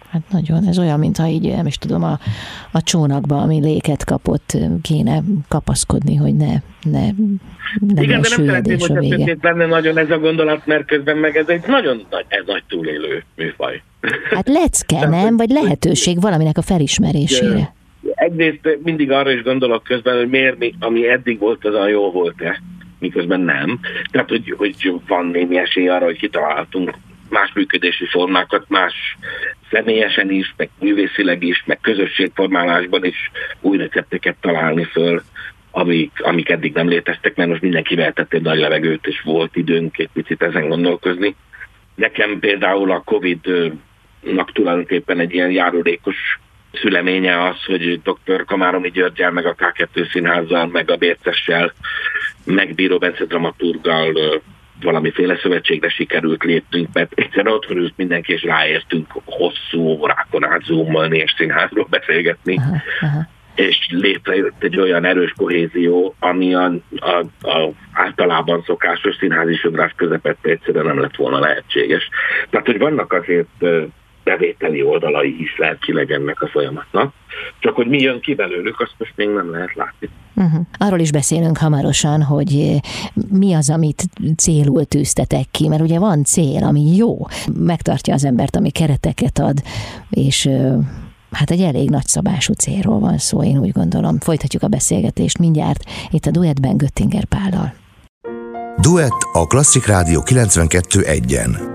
Hát nagyon, ez olyan, mintha így, nem is tudom, a, a csónakba, ami léket kapott, kéne kapaszkodni, hogy ne, ne igen, de nem szeretném, hogy ez benne nagyon ez a gondolat, mert közben meg ez egy nagyon nagy, ez nagy túlélő műfaj. Hát lecke, nem? Vagy lehetőség valaminek a felismerésére. Egyrészt mindig arra is gondolok közben, hogy miért mi, ami eddig volt, az a jó volt-e, miközben nem. Tehát, hogy, hogy van némi esély arra, hogy kitalálhatunk más működési formákat, más személyesen is, meg művészileg is, meg közösségformálásban is új recepteket találni föl, amik, amik eddig nem léteztek, mert most mindenki vehetett egy nagy levegőt, és volt időnk egy picit ezen gondolkozni. Nekem például a Covid-nak tulajdonképpen egy ilyen járulékos szüleménye az, hogy doktor Komáromi Györgyel, meg a ká kettő Színházzal, meg a Bércessel, meg Bíró Bence dramaturggal valamiféle szövetségre sikerült léptünk, mert egyszerűen otthon ült mindenki, és ráértünk hosszú órákon át zoomolni és színházról beszélgetni. Aha, aha. És létrejött egy olyan erős kohézió, ami a, a, a általában szokásos színházi sodrás közepette egyszerűen nem lett volna lehetséges. Tehát, hogy vannak azért bevételi oldalai is lelkileg ennek a folyamatnak, csak hogy mi jön ki belőlük, azt most még nem lehet látni. Uh-huh. Arról is beszélünk hamarosan, hogy mi az, amit célul tűztetek ki, mert ugye van cél, ami jó, megtartja az embert, ami kereteket ad, és hát egy elég nagyszabású célról van szó, én úgy gondolom. Folytatjuk a beszélgetést mindjárt itt a Duettben Göttinger Pállal. Duett a Klasszik Rádió kilencvenkettő egyen.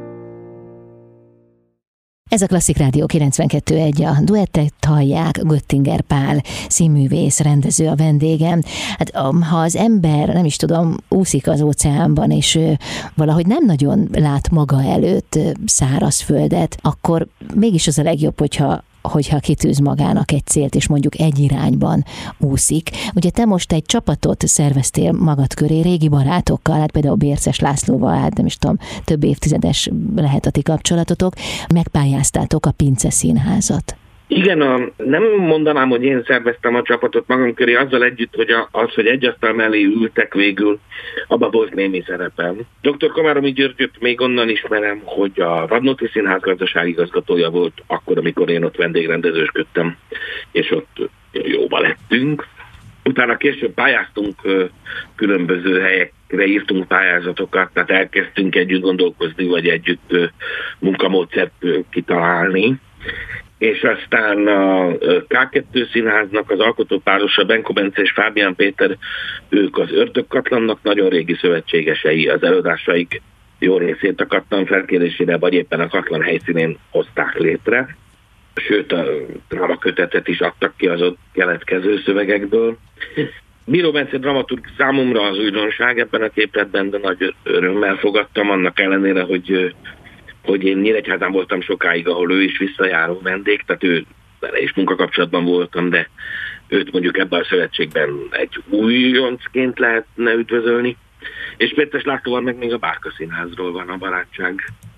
Ez a Klasszik Rádió kilencvenkettő egy, a Duettet hallják, Göttinger Pál, színművész, rendező a vendégem. Hát ha az ember, nem is tudom, úszik az óceánban, és valahogy nem nagyon lát maga előtt szárazföldet, akkor mégis az a legjobb, hogyha hogyha kitűz magának egy célt, és mondjuk egy irányban úszik. Ugye te most egy csapatot szerveztél magad köré, régi barátokkal, hát például Bérces Lászlóval, hát nem is tudom, több évtizedes lehet a ti kapcsolatotok, megpályáztátok a Pince Színházat. Igen, a, nem mondanám, hogy én szerveztem a csapatot magam köré, azzal együtt, hogy a, az, hogy egy asztal mellé ültek végül, abban volt némi szerepem. doktor Komáromi Györgyöt még onnan ismerem, hogy a Radnóti Színház gazdaságigazgatója volt akkor, amikor én ott vendégrendezősködtem, és ott jóba lettünk. Utána később pályáztunk különböző helyekre, írtunk pályázatokat, tehát elkezdtünk együtt gondolkozni, vagy együtt munkamódszert kitalálni. És aztán a ká kettő Színháznak az alkotópárosa, Benko Bence és Fábián Péter, ők az Ördögkatlannak nagyon régi szövetségesei, az előadásaik jó részét a Katlan felkérésére, vagy éppen a Katlan helyszínén hozták létre. Sőt, a drámakötetet is adtak ki az ott keletkező szövegekből. Bíró Bence dramaturg számomra az újdonság ebben a képletben, de nagy örömmel fogadtam, annak ellenére, hogy hogy én Nyíregyházán voltam sokáig, ahol ő is visszajáró vendég, tehát ő vele is munkakapcsolatban voltam, de őt mondjuk ebben a szövetségben egy újoncként lehetne üdvözölni. És Péter Lászlóval meg még a Bárka Színházról van a barátság,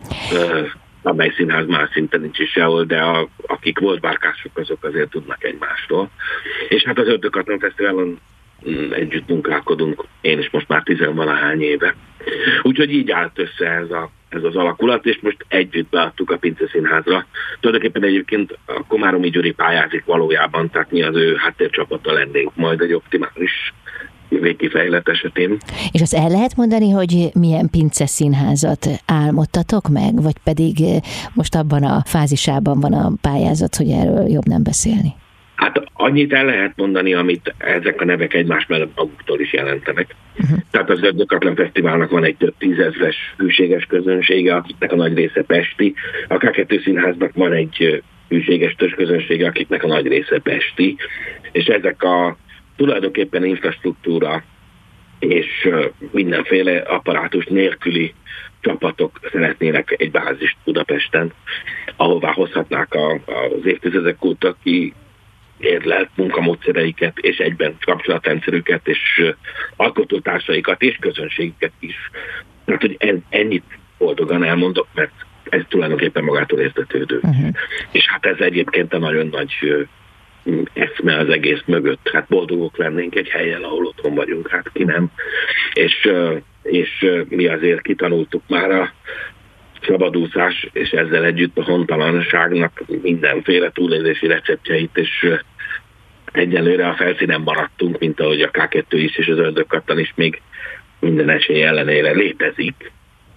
amely színház már szinte nincs is sehol, de a, akik volt bárkások, azok azért tudnak egymásról. És hát az Ördögkatlan Fesztiválon együtt munkálkodunk, én is most már tizenvalahány éve. Úgyhogy így állt össze ez, a, ez az alakulat, és most együtt beadtuk a Pince Színházra. Tulajdonképpen egyébként a Komáromi Gyuri pályázik valójában, tehát mi az ő háttércsapata lennénk majd egy optimális végkifejlet esetén. És azt el lehet mondani, hogy milyen Pince Színházat álmodtatok meg, vagy pedig most abban a fázisában van a pályázat, hogy erről jobb nem beszélni? Hát annyit el lehet mondani, amit ezek a nevek egymás mellett maguktól is jelentenek. Uh-huh. Tehát az Ördögkatlan Fesztiválnak van egy több tízezres hűséges közönsége, akiknek a nagy része pesti. A ká kettő Színháznak van egy hűséges közönsége, akiknek a nagy része pesti. És ezek a tulajdonképpen infrastruktúra és mindenféle apparátus nélküli csapatok szeretnének egy bázist Budapesten, ahová hozhatnák a, az évtizedek óta ki érlelt munkamódszereiket, és egyben kapcsolatrendszerüket, és alkotótársaikat, és közönségüket is. Tehát, hogy en, ennyit boldogan elmondok, mert ez tulajdonképpen magától értetődő. Uh-huh. És hát ez egyébként a nagyon nagy eszme az egész mögött. Hát boldogok lennénk egy helyen, ahol otthon vagyunk, hát ki nem. És, és mi azért kitanultuk már a szabadúszás, és ezzel együtt a hontalanságnak mindenféle túlélési receptjeit, és egyelőre a felszínen maradtunk, mint ahogy a ká kettő is, és az ördögkattan is még minden esély ellenére létezik.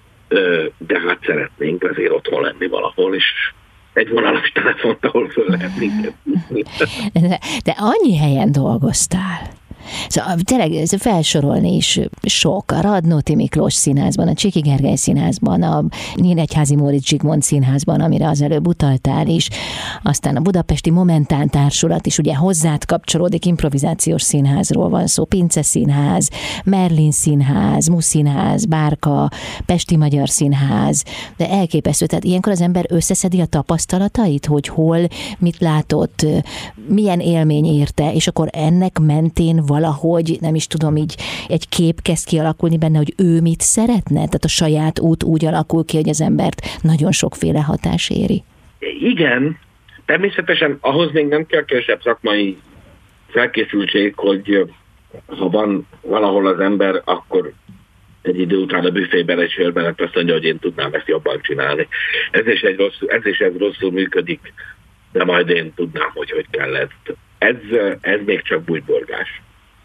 De hát szeretnénk azért otthon lenni valahol, és egy vonalas telefont, ahol föl lehet minket. De, de annyi helyen dolgoztál. Szóval tényleg felsorolni is sok. A Radnóti Miklós Színházban, a Csiki Gergely Színházban, a Nyíregyházi Móricz Zsigmond Színházban, amire az előbb utaltál is, aztán a Budapesti Momentán Társulat is, ugye hozzád kapcsolódik, improvizációs színházról van szó, Pince Színház, Merlin Színház, Musz Színház, Bárka, Pesti Magyar Színház, de elképesztő. Tehát ilyenkor az ember összeszedi a tapasztalatait, hogy hol, mit látott, milyen élmény érte, és akkor ennek mentén valahogy, nem is tudom, így egy kép kezd kialakulni benne, hogy ő mit szeretne? Tehát a saját út úgy alakul ki, hogy az embert nagyon sokféle hatás éri. Igen, természetesen ahhoz még nem kell kevesebb szakmai felkészültség, hogy ha van valahol az ember, akkor egy idő után a büfében egy sörben azt mondja, hogy én tudnám ezt jobban csinálni. Ez is, egy rossz, ez is ez rosszul működik, de majd én tudnám, hogy hogy kell ezt. Ez, ez még csak bújborgás.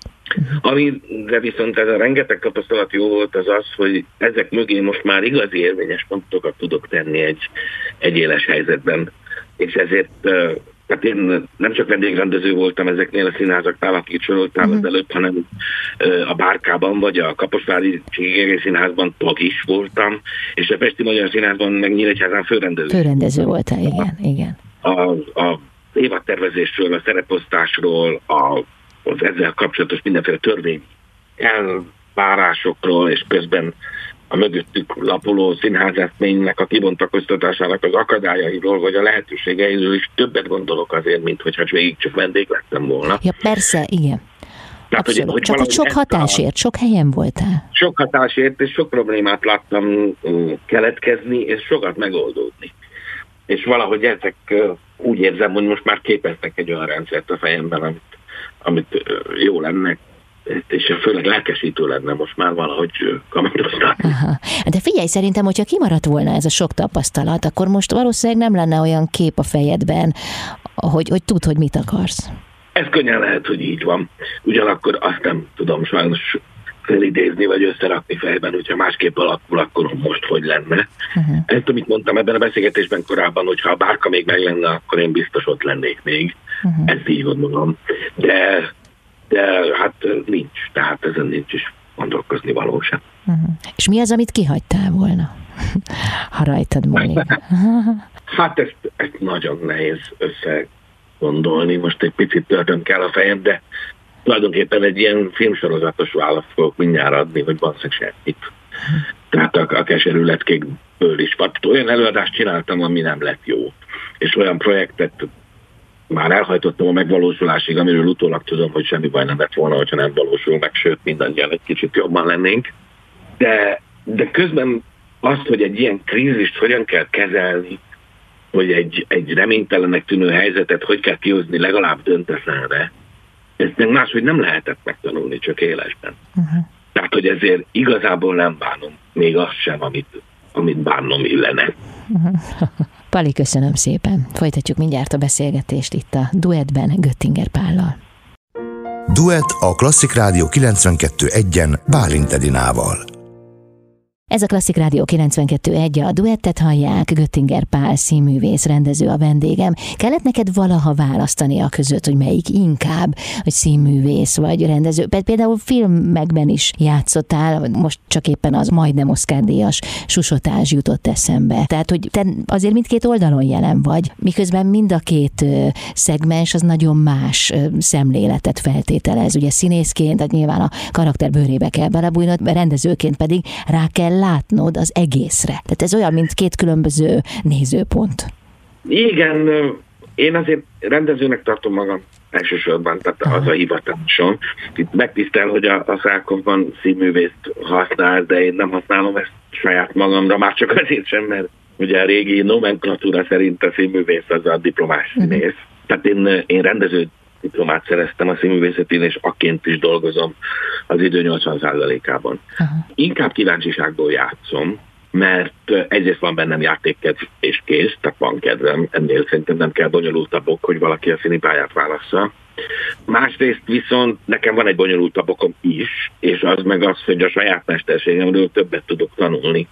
Amire viszont ez a rengeteg tapasztalat jó volt, az az, hogy ezek mögé most már igazi érvényes pontokat tudok tenni egy, egy éles helyzetben. És ezért, tehát én nem csak vendégrendező voltam ezeknél a színházaknál, akit soroltál az előbb, hanem a Bárkában vagy a Kaposvári Csík Színházban tag is voltam, és a Pesti Magyar Színházban meg Nyíregyházán főrendező. Főrendező voltál, igen, igen. A, a évadtervezésről, a szereposztásról, a az ezzel kapcsolatos mindenféle törvény elvárásokról, és közben a mögöttük lapuló színházátménynek a kibontakoztatásának az akadályairól, vagy a lehetőségeiről is többet gondolok azért, mint hogyha végig csak vendég lettem volna. Ja, persze, igen. Tehát, hogy, hogy csak hogy sok hatásért, a... sok helyen voltál. Sok hatásért, és sok problémát láttam keletkezni, és sokat megoldódni. És valahogy ezek úgy érzem, hogy most már képeznek egy olyan rendszert a fejemben, amit amit jó lenne, és főleg lelkesítő lenne most már valahogy kamatoztatni. De figyelj, szerintem, hogyha kimaradt volna ez a sok tapasztalat, akkor most valószínűleg nem lenne olyan kép a fejedben, hogy, hogy tudd, hogy mit akarsz. Ez könnyen lehet, hogy így van. Ugyanakkor azt nem tudom sajnos felidézni, vagy összerakni fejben, hogyha másképp alakul, akkor most hogy lenne. Uh-huh. Ezt, amit mondtam ebben a beszélgetésben korábban, hogyha a Bárka még meg lenne, akkor én biztos ott lennék még. Uh-huh. Ezt így gondolom. De, de hát nincs. Tehát ezen nincs is gondolkozni való sem. Uh-huh. És mi az, amit kihagytál volna? Ha rajtad múlik. Hát ezt, ezt nagyon nehéz összegondolni. Most egy picit töltöm kell a fejem, de tulajdonképpen egy ilyen filmsorozatos választ fogok mindjárt adni, hogy valószínűleg semmit. Tehát a, a keserű leckékből is. Olyan előadást csináltam, ami nem lett jó. És olyan projektet már elhajtottam a megvalósulásig, amiről utólag tudom, hogy semmi baj nem lett volna, hogyha nem valósul meg, sőt, mindannyian egy kicsit jobban lennénk. De, de közben azt, hogy egy ilyen krízist hogyan kell kezelni, hogy egy, egy reménytelennek tűnő helyzetet hogy kell kihozni legalább döntetlenre, ezt meg máshogy nem lehetett megtanulni, csak élesben. Uh-huh. Tehát, hogy ezért igazából nem bánom még azt sem, amit, amit bánnom illene. Uh-huh. Pali, köszönöm szépen. Folytatjuk mindjárt a beszélgetést itt a Duettben Göttinger Pállal. Duett a Klasszik Rádió kilencvenkettő egyen Bálint Edinával. Ez a Klasszik Rádió kilencvenkettő egy, a Duettet hallják, Göttinger Pál színművész, rendező a vendégem. Kellett neked valaha választani a között, hogy melyik inkább, hogy színművész vagy rendező? Például filmekben is játszottál, most csak éppen az majdnem Oscar-díjas Susotás jutott eszembe. Tehát, hogy te azért mindkét oldalon jelen vagy, miközben mind a két szegmens az nagyon más szemléletet feltételez. Ugye színészként, tehát nyilván a karakter bőrébe kell belebújnod, rendezőként pedig rá kell látnod az egészre. Tehát ez olyan, mint két különböző nézőpont. Igen, én azért rendezőnek tartom magam elsősorban, tehát Aha. az a hivatásom. Itt megtisztel, hogy a, a Szákovban színművészt használ, de én nem használom ezt saját magamra, már csak azért sem, mert ugye a régi nomenklatúra szerint a színművész az a diplomás színész. Uh-huh. Tehát én, én rendező diplomát szereztem a színművészetén, és akként is dolgozom az idő nyolcvan százalékában. Uh-huh. Inkább kíváncsiságból játszom, mert egyrészt van bennem játékkedv és kész, tehát van kedvem, ennél szerintem nem kell bonyolultabb ok, hogy valaki a színipályát válassza. Másrészt viszont nekem van egy bonyolultabb okom is, és az meg az, hogy a saját mesterségemről többet tudok tanulni,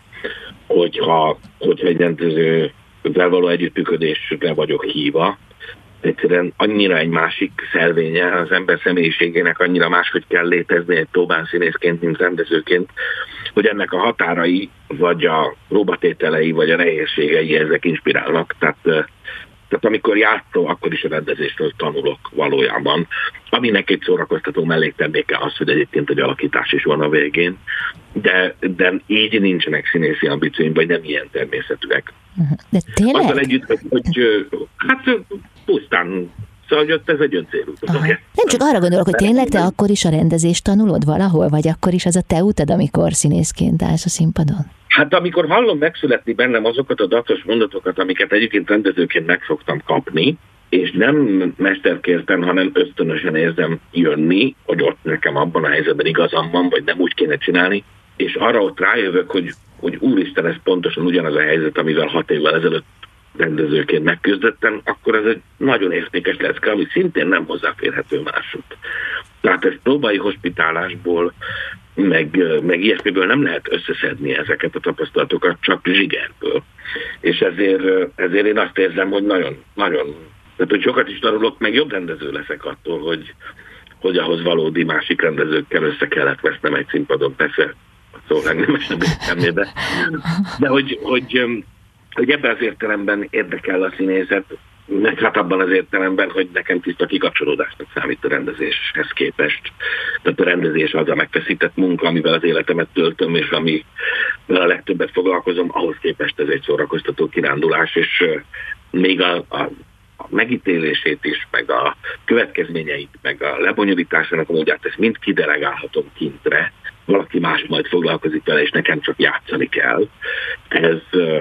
hogyha, hogyha egy rendezővel való együttműködésre vagyok hívva. Egyszerűen annyira egy másik szelvénye az ember személyiségének, annyira máshogy kell létezni egy próbánszínészként, mint rendezőként, hogy ennek a határai, vagy a próbatételei, vagy a nehézségei ezek inspirálnak. Tehát, tehát amikor játszom, akkor is a rendezésről tanulok valójában. Aminek egy szórakoztató mellékterméke az, hogy egyébként egy alakítás is van a végén, de, de így nincsenek színészi ambícióim, vagy nem ilyen természetűek. De tényleg? Azzal együtt, hogy, hogy hát pusztán, szóval hogy ez egy öncélú. Nem csak arra gondolok, hogy tényleg te akkor is a rendezést tanulod valahol, vagy akkor is az a te utad, amikor színészként állsz a színpadon? Hát amikor hallom megszületni bennem azokat a dacos mondatokat, amiket egyébként rendezőként meg szoktam kapni, és nem mesterkérten, hanem ösztönösen érzem jönni, hogy ott nekem abban a helyzetben igazam van, vagy nem úgy kéne csinálni, és arra ott rájövök, hogy, hogy úristen, ez pontosan ugyanaz a helyzet, amivel hat évvel ezelőtt rendezőként megküzdöttem, akkor ez egy nagyon értékes lecke, ami szintén nem hozzáférhető másút. Tehát ezt próbai hospitálásból, meg, meg ilyesmiből nem lehet összeszedni ezeket a tapasztalatokat, csak zsigerből. És ezért, ezért én azt érzem, hogy nagyon, nagyon, tehát hogy sokat is tanulok, meg jobb rendező leszek attól, hogy, hogy ahhoz valódi másik rendezőkkel össze kellett vesznem egy színpadon, persze szó legnemesebb értelmében, de, de hogy, hogy, hogy ebben az értelemben érdekel a színészet, meg hát abban az értelemben, hogy nekem tiszta kikapcsolódásnak számít a rendezéshez képest. Tehát a rendezés az a megfeszített munka, amivel az életemet töltöm, és amivel a legtöbbet foglalkozom, ahhoz képest ez egy szórakoztató kirándulás, és még a, a, a megítélését is, meg a következményeit, meg a lebonyolításának a módját, ezt mind kidelegálhatom kintre, valaki más majd foglalkozik vele, és nekem csak játszani kell. Ez...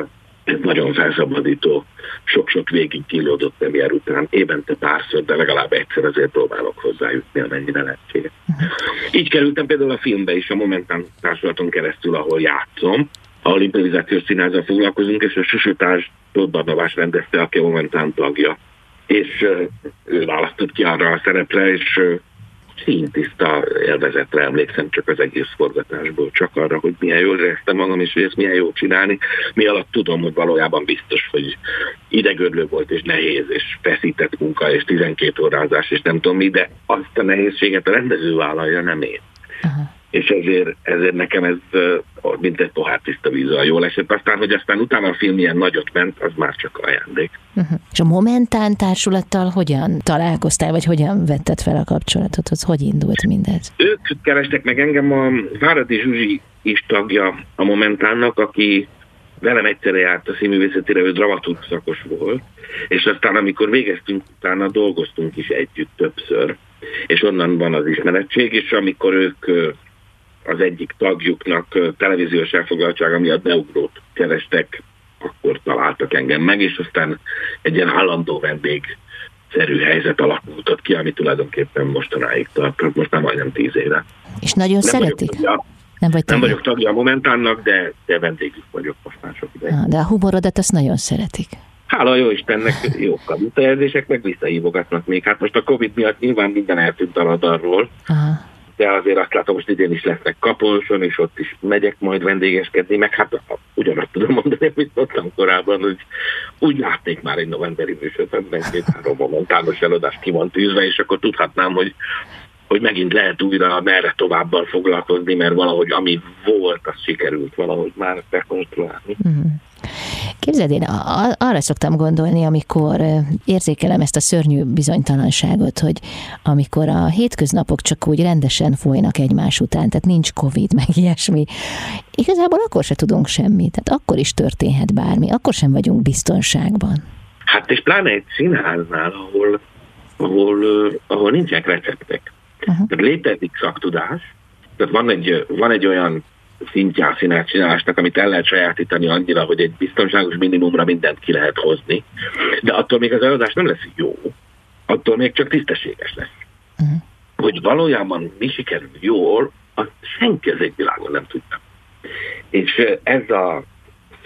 Ez nagyon felszabadító. Sok-sok végig kínlódott premier után, évente párszor, de legalább egyszer azért próbálok hozzájutni, amennyire lehetséges. Így kerültem például a filmbe is, a Momentán társulaton keresztül, ahol játszom, ahol improvizációs színázzal foglalkozunk, és a Susutás Tóth Barnabás rendezte, aki a Momentán tagja. És ő választott ki arra a szerepre, és színtiszta élvezetre emlékszem csak az egész forgatásból, csak arra, hogy milyen jól éreztem magam, és hogy ezt milyen jól csinálni. Mi alatt tudom, hogy valójában biztos, hogy idegörlő volt, és nehéz, és feszített munka, és tizenkét órázás, és nem tudom mi, de azt a nehézséget a rendező vállalja, nem én. Aha. És ezért, ezért nekem ez mint egy pohár tiszta vízzel jól esett. Aztán, hogy aztán utána a film ilyen nagyot ment, az már csak ajándék. Uh-huh. És a Momentán társulattal hogyan találkoztál, vagy hogyan vetted fel a kapcsolatot? Az hogy indult mindez? Ők kerestek meg engem, a Váradi Zsuzsi is tagja a Momentánnak, aki velem egyszerre járt a színművészetére, ő dramaturg szakos volt, és aztán amikor végeztünk, utána dolgoztunk is együtt többször, és onnan van az ismerettség, és amikor ők az egyik tagjuknak televíziós elfoglaltsága miatt beugrót kerestek, akkor találtak engem meg, és aztán egy ilyen állandó vendégszerű helyzet alakult ott ki, ami tulajdonképpen mostanáig tart, most már majdnem tíz éve. És nagyon nem szeretik? Tagja, nem, vagy nem vagyok tagja a Momentánnak, de, de vendégük vagyok most már sok ideig. De a humorodat azt nagyon szeretik. Hála jó Istennek, jók a visszajelzések, meg visszahívogatnak még. Hát most a Covid miatt nyilván minden eltűnt a radarról, aha. De azért azt látom, most idén is lesznek Kapolson, és ott is megyek majd vendégeskedni, meg hát ugyanazt tudom mondani, amit mondtam korábban, hogy úgy látnék már egy novemberi műsorban, mert két-három momentános eladás ki van tűzve, és akkor tudhatnám, hogy, hogy megint lehet újra merre továbbal foglalkozni, mert valahogy ami volt, az sikerült valahogy már rekonstruálni. Mm. Képzeld, én arra szoktam gondolni, amikor érzékelem ezt a szörnyű bizonytalanságot, hogy amikor a hétköznapok csak úgy rendesen folynak egymás után, tehát nincs Covid, meg ilyesmi, igazából akkor se tudunk semmit, tehát akkor is történhet bármi, akkor sem vagyunk biztonságban. Hát és pláne egy színháznál, ahol, ahol, ahol nincsenek receptek. Uh-huh. Tehát létezik szaktudás, tehát van egy, van egy olyan szintje a színházcsinálásnak, amit el lehet sajátítani annyira, hogy egy biztonságos minimumra mindent ki lehet hozni. De attól még az előadás nem lesz jó. Attól még csak tisztességes lesz. Uh-huh. Hogy valójában mi sikerül jól, azt senki az egy világon nem tudja. És ez a,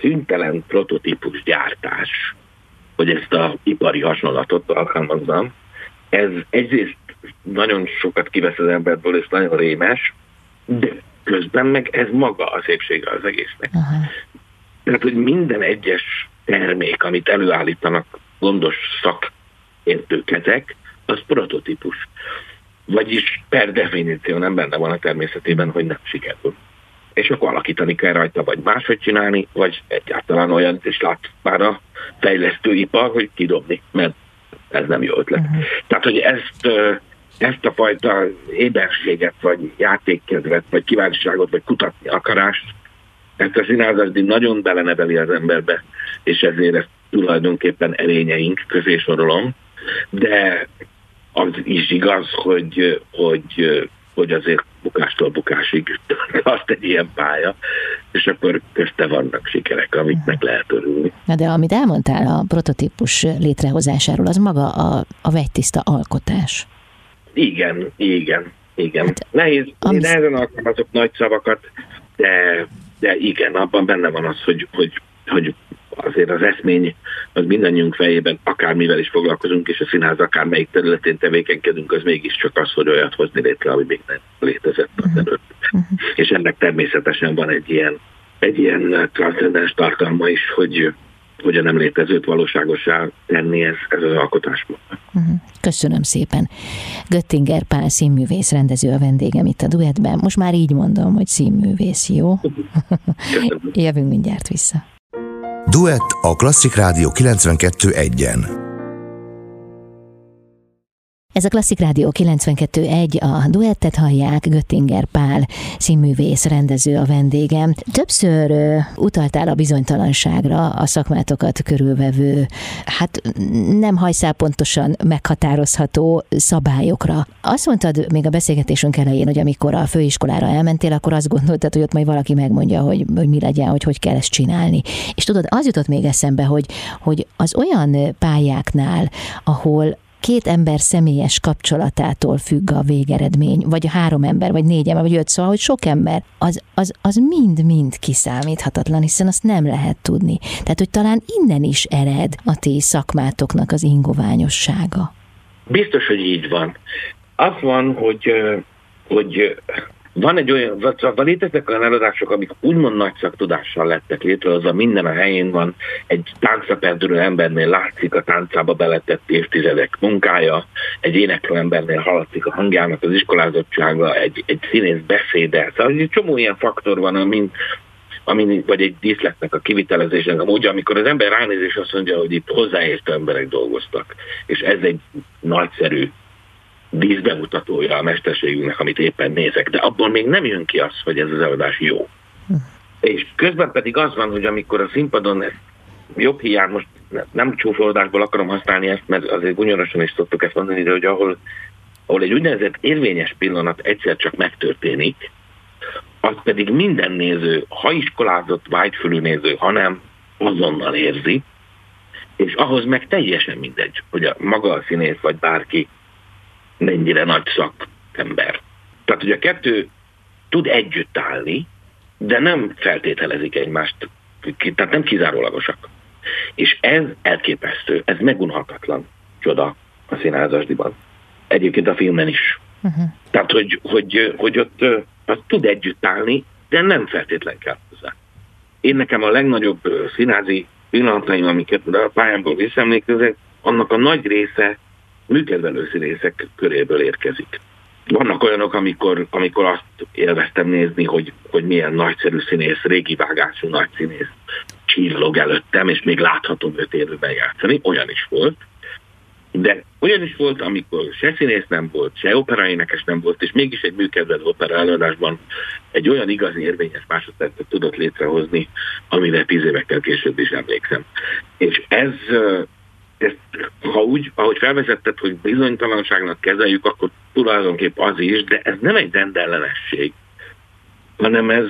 szüntelen prototípus gyártás, hogy ezt a ipari hasonlatot alkalmazzam, ez egyrészt nagyon sokat kivesz az emberből, és nagyon rémes, de közben meg ez maga a szépsége az egésznek. Aha. Tehát, hogy minden egyes termék, amit előállítanak gondos szakértők, az prototípus. Vagyis per definíció nem benne van a természetében, hogy nem sikerül. És akkor alakítani kell rajta, vagy máshogy csinálni, vagy egyáltalán olyan is lát már a fejlesztőipar, hogy kidobni, mert ez nem jó ötlet. Uh-huh. Tehát, hogy ezt, ezt a fajta éberséget, vagy játékkedvet, vagy kíváncsiságot, vagy kutatni akarást, ezt a színházasdi nagyon beleneveli az emberbe, és ezért ezt tulajdonképpen erényeink közé sorolom, de az is igaz, hogy, hogy, hogy azért bukástól bukásig azt egy ilyen pálya, és akkor közte vannak sikerek, amit meg lehet örülni. Na de amit elmondtál a prototípus létrehozásáról, az maga a, a vegytiszta alkotás. Igen, igen, igen. Hát, Nehéz, ami... nehezen alkalmazok nagy szavakat, de, de igen, abban benne van az, hogy, hogy, hogy azért az eszmény az mindannyiunk fejében, akármivel is foglalkozunk, és a színház akármelyik területén tevékenykedünk, az mégiscsak az, hogy olyat hozni létre, ami még nem létezett azelőtt. Uh-huh. És ennek természetesen van egy ilyen, egy ilyen transzcendens tartalma is, hogy, hogy a nem létezőt valóságossá tenni, ez, ez az alkotásmód. Uh-huh. Köszönöm szépen. Göttinger Pál színművész rendező a vendégem itt a duettben. Most már így mondom, hogy színművész, jó? Jövünk mindjárt vissza. Duett a Klasszik Rádió kilencvenkettő egyen. Ez a Klasszik Rádió kilencvenkettő egy, a duettet hallják, Göttinger Pál színművész rendező a vendégem. Többször ö, utaltál a bizonytalanságra, a szakmátokat körülvevő, hát nem hajszál pontosan meghatározható szabályokra. Azt mondtad még a beszélgetésünk elején, hogy amikor a főiskolára elmentél, akkor azt gondoltad, hogy ott majd valaki megmondja, hogy, hogy mi legyen, hogy hogy kell ezt csinálni. És tudod, az jutott még eszembe, hogy, hogy az olyan pályáknál, ahol két ember személyes kapcsolatától függ a végeredmény, vagy három ember, vagy négy ember, vagy öt, szóval, hogy sok ember, az, az, az mind-mind kiszámíthatatlan, hiszen azt nem lehet tudni. Tehát, hogy talán innen is ered a ti szakmátoknak az ingoványossága. Biztos, hogy így van. Az van, hogy, hogy van egy olyan, vagy léteznek olyan előadások, amik úgymond nagy szaktudással lettek létrehozva, minden a helyén van, egy táncra perdülő embernél látszik a táncába beletett évtizedek munkája, egy éneklő embernél hallatszik a hangjának az iskolázottsága, egy, egy színész beszéde. Szóval egy csomó ilyen faktor van, amin, amin, vagy egy díszletnek a kivitelezésnek a módja, amikor az ember ránéz és azt mondja, hogy itt hozzáértő emberek dolgoztak. És ez egy nagyszerű díszbemutatója a mesterségünknek, amit éppen nézek, de abból még nem jön ki az, hogy ez az előadás jó. Hm. És közben pedig az van, hogy amikor a színpadon jobb hiány, most nem csúfolódásból akarom használni ezt, mert azért gunyorosan is szoktuk ezt mondani, de hogy ahol, ahol egy úgynevezett érvényes pillanat egyszer csak megtörténik, az pedig minden néző, ha iskolázott, vágyfülű néző, hanem azonnal érzi, és ahhoz meg teljesen mindegy, hogy a maga a színész vagy bárki mennyire nagy szakember. Tehát, hogy a kettő tud együtt állni, de nem feltételezik egymást, tehát nem kizárólagosak. És ez elképesztő, ez megunhatatlan csoda a színházasdiban. Egyébként a filmen is. Uh-huh. Tehát, hogy, hogy, hogy ott az tud együtt állni, de nem feltétlen kell hozzá. Én nekem a legnagyobb színházi pillanataim, amiket a pályámból visszaemlékezek, annak a nagy része műkedvelő színészek köréből érkezik. Vannak olyanok, amikor, amikor azt élveztem nézni, hogy, hogy milyen nagyszerű színész, régi vágású nagy színész csillog előttem, és még láthatom őt élőben játszani. Olyan is volt. De olyan is volt, amikor se színész nem volt, se operaénekes nem volt, és mégis egy műkedvelő opera előadásban egy olyan igazi érvényes másodpercet tudott létrehozni, amire tíz évekkel később is emlékszem. És ez... Ezt, ha úgy, ahogy felvezetted, hogy bizonytalanságnak kezeljük, akkor tulajdonképp az is, de ez nem egy rendellenesség, hanem ez,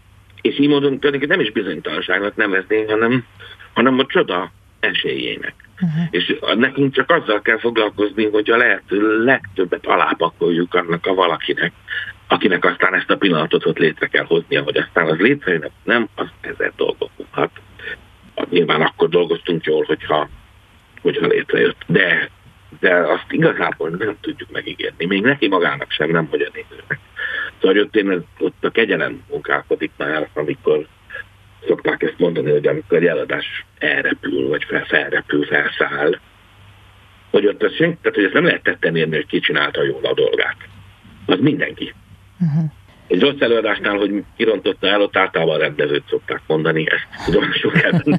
és így módon tulajdonképpen nem is bizonytalanságnak nevezni, hanem, hanem a csoda esélyének. Uh-huh. És nekünk csak azzal kell foglalkozni, hogy a lehető legtöbbet alápakoljuk annak a valakinek, akinek aztán ezt a pillanatot ott létre kell hoznia, hogy aztán az létrejön, nem, az ezer dolgozhat. Nyilván akkor dolgoztunk jól, hogyha, hogyha létrejött. De, de azt igazából nem tudjuk megígérni. Még neki magának sem, nem hogy a nézőnek. Szóval ott, én, ott a kegyelem munkálkodik már, amikor szokták ezt mondani, hogy amikor egy eladás elrepül, vagy fel, felrepül, felszáll, hogy ott az senki, tehát hogy ezt nem lehet tetten érni, hogy ki csinálta jól a dolgát. Az mindenki. Uh-huh. Egy rossz előadásnál, hogy kirontotta el, ott általában rendezőt szokták mondani, ezt tudomásul kell venni,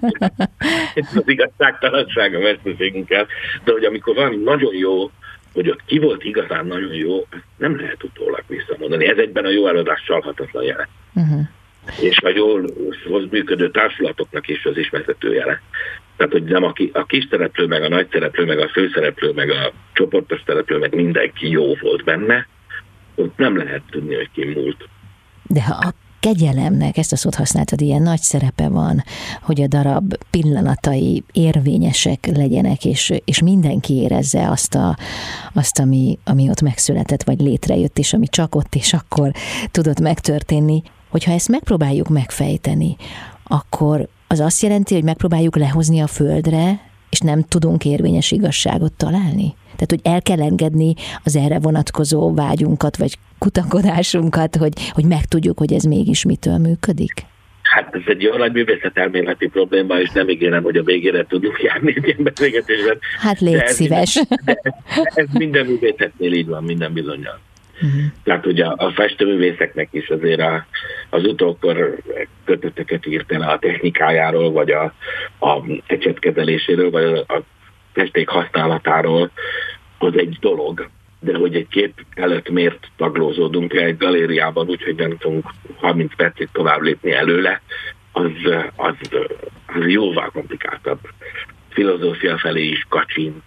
ez az igazságtalanság a veszteségünkkel, de hogy amikor valami nagyon jó, hogy ott ki volt igazán nagyon jó, ezt nem lehet utólag visszamondani. Ez egyben a jó előadás csalhatatlan jele. Uh-huh. És a jól működő társulatoknak is az ismertető jele. Tehát, hogy nem a, ki, a kis szereplő, meg a nagy szereplő, meg a főszereplő, meg a csoportos szereplő, meg mindenki jó volt benne, ott nem lehet tudni, hogy ki múlt. De ha a kegyelemnek, ezt a szót használtad, ilyen nagy szerepe van, hogy a darab pillanatai érvényesek legyenek, és, és mindenki érezze azt, a, azt ami, ami ott megszületett, vagy létrejött, és ami csak ott és akkor tudott megtörténni, hogyha ezt megpróbáljuk megfejteni, akkor az azt jelenti, hogy megpróbáljuk lehozni a földre, és nem tudunk érvényes igazságot találni? Tehát, hogy el kell engedni az erre vonatkozó vágyunkat, vagy kutakodásunkat, hogy, hogy megtudjuk, hogy ez mégis mitől működik? Hát ez egy jó nagy művészetelméleti probléma, és nem ígérem, hogy a végére tudunk járni egy ilyen beszélgetésben. Hát légy ez szíves. Minden, ez, ez minden művészetnél így van, minden bizonnyal. Uh-huh. Tehát ugye a, a festőművészeknek is azért a, az utókor köteteket írt el a technikájáról, vagy a, a ecsetkezeléséről, vagy a, a festék használatáról, az egy dolog. De hogy egy kép előtt miért taglózódunk egy galériában úgy, hogy nem tudunk harminc percig tovább lépni előle, az, az, az jóval komplikáltabb. Filozófia felé is kacsint,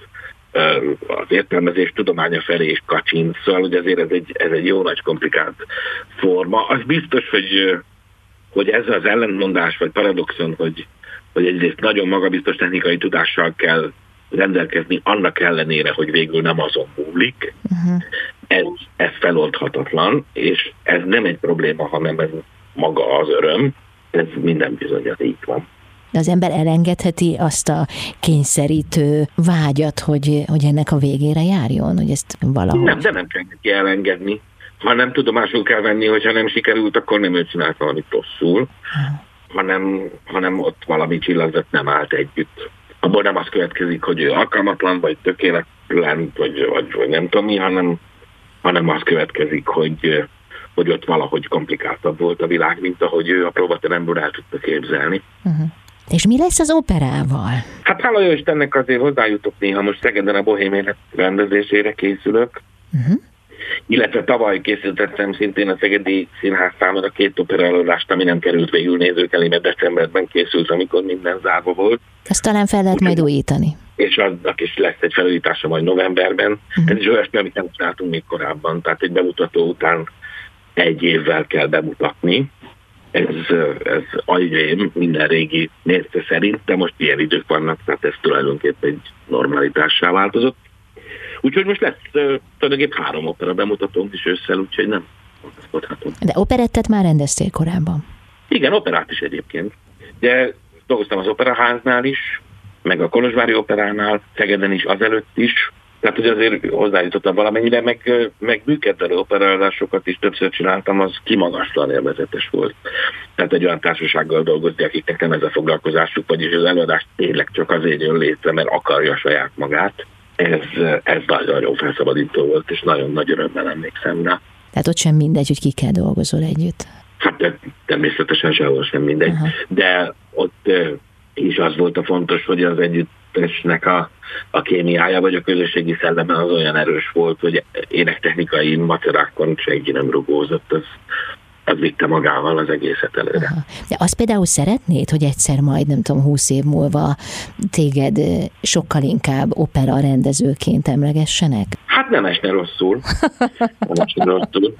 az értelmezés tudománya felé is kacsint, szóval hogy azért ez egy, ez egy jó nagy komplikált forma. Az biztos, hogy, hogy ez az ellentmondás vagy paradoxon, hogy, hogy egyrészt nagyon magabiztos technikai tudással kell rendelkezni, annak ellenére, hogy végül nem azon múlik. Uh-huh. Ez, ez feloldhatatlan, és ez nem egy probléma, hanem ez maga az öröm. Ez minden bizonnyat így van. De az ember elengedheti azt a kényszerítő vágyat, hogy, hogy ennek a végére járjon, hogy ezt valahogy... Nem, de nem kell neki elengedni. Ha nem tudomásul kell venni, hogyha nem sikerült, akkor nem ő csinált valamit rosszul, uh-huh. hanem, hanem ott valami csillagzat nem állt együtt. Abból nem az következik, hogy ő alkalmatlan, vagy tökéletlen, vagy, vagy, vagy nem tudom mi, hanem, hanem az következik, hogy, hogy ott valahogy komplikáltabb volt a világ, mint ahogy ő a próbateremből el tudta képzelni. Uh-huh. És mi lesz az operával? Hát hála jó Istennek azért hozzájutok néha, most Szegeden a Bohém Élet rendezésére készülök, uh-huh. illetve tavaly készítettem szintén a Szegedi Színház számára két operaelőadást, ami nem került végül nézők elé, mert decemberben készült, amikor minden zárva volt. Ezt talán fel lehet majd újítani. És annak is lesz egy felújítása majd novemberben. Uh-huh. Ez is olyasmi, amit nem csináltunk még korábban, tehát egy bemutató után egy évvel kell bemutatni. Ez, ez agyrém minden régi nézte szerint, de most ilyen idők vannak, tehát ez tulajdonképpen egy normalitássá változott. Úgyhogy most lesz tulajdonképpen három opera bemutatónk is ősszel, úgyhogy nem mondhatom. De operettet már rendeztél korábban? Igen, operát is egyébként. De dolgoztam az Operaháznál is, meg a Kolozsvári Operánál, Szegeden is, azelőtt is. Tehát, hogy azért hozzájutottam valamennyire, meg, meg műkedvelő operaálásokat is többször csináltam, az kimagaslóan élvezetes volt. Tehát egy olyan társasággal dolgozni, akiknek nem ez a foglalkozásuk, vagyis az előadás tényleg csak azért jön létre, mert akarja saját magát. Ez, ez nagyon-nagyon felszabadító volt, és nagyon nagy örömmel emlékszem rá. Tehát ott sem mindegy, hogy kikkel dolgozol együtt? Hát természetesen sehol sem mindegy. Aha. De ott is az volt a fontos, hogy az együttesnek a, a kémiája, vagy a közösségi szelleme az olyan erős volt, hogy énektechnikai macerákon senki nem rugózott, az, az vitte magával az egészet előre. Aha. De azt például szeretnéd, hogy egyszer majd, nem tudom, húsz év múlva téged sokkal inkább opera rendezőként emlegessenek? Hát nem esne rosszul. Nem esne rosszul.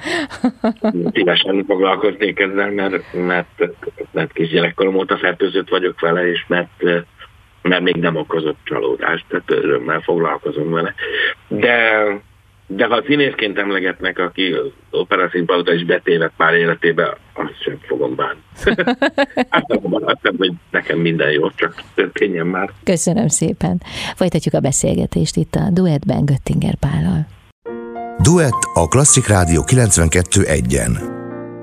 Szívesen foglalkoznék ezzel, mert, mert, mert kisgyerekkorom óta fertőzött vagyok vele, és mert mert még nem okozott csalódást, tehát örömmel foglalkozom vele. De, de ha színészként emlegetnek, aki operaszínpadra is betévedt pár életébe, azt sem fogom bánni. Azt mondom, hogy nekem minden jó, csak történjen már. Köszönöm szépen. Folytatjuk a beszélgetést itt a Duettben Göttinger Pállal. Duett a Klasszik Rádió kilencvenkettő egyen.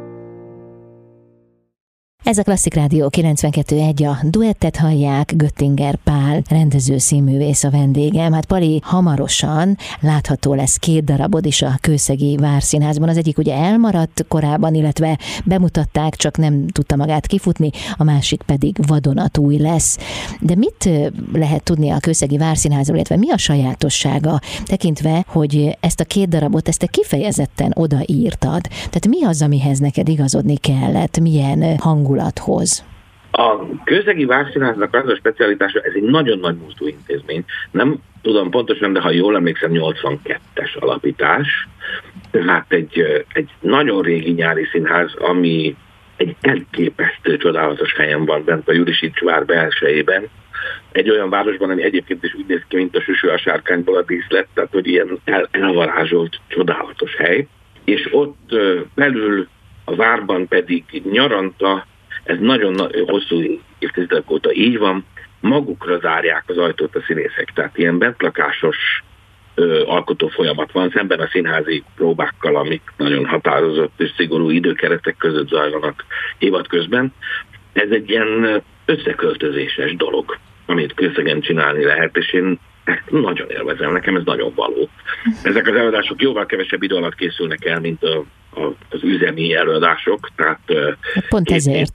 Ez a Klasszik Rádió kilencvenkettő egy, a Duettet hallják, Göttinger Pál rendező színművész a vendégem. Hát Pali, hamarosan látható lesz két darabod is a Kőszegi Várszínházban. Az egyik ugye elmaradt korábban, illetve bemutatták, csak nem tudta magát kifutni, a másik pedig vadonatúj lesz. De mit lehet tudni a Kőszegi Várszínházról, illetve mi a sajátossága, tekintve, hogy ezt a két darabot, ezt te kifejezetten odaírtad? Tehát mi az, amihez neked igazodni kellett? Milyen hang hangulathoz? A Kőszegi Várszínháznak az a specialitása, ez egy nagyon nagy múltú intézmény. Nem tudom pontosan, de ha jól emlékszem, nyolcvankettes alapítás. Tehát egy, egy nagyon régi nyári színház, ami egy elképesztő, csodálatos helyen van bent a Jurisics vár belsejében. Egy olyan városban, ami egyébként is úgy néz ki, mint a süső a sárkányból a díszlet, tehát hogy ilyen el, elvarázsolt, csodálatos hely. És ott belül a várban pedig nyaranta, ez nagyon hosszú évtizedek óta így van, magukra zárják az ajtót a színészek. Tehát ilyen bentlakásos ö, alkotó folyamat van, szemben a színházi próbákkal, amik nagyon határozott és szigorú időkeretek között zajlanak évad közben. Ez egy ilyen összeköltözéses dolog, amit Kőszegen csinálni lehet, és én ezt nagyon élvezem, nekem ez nagyon való. Ezek az előadások jóval kevesebb idő alatt készülnek el, mint a, a, az üzemi előadások, tehát pont ezért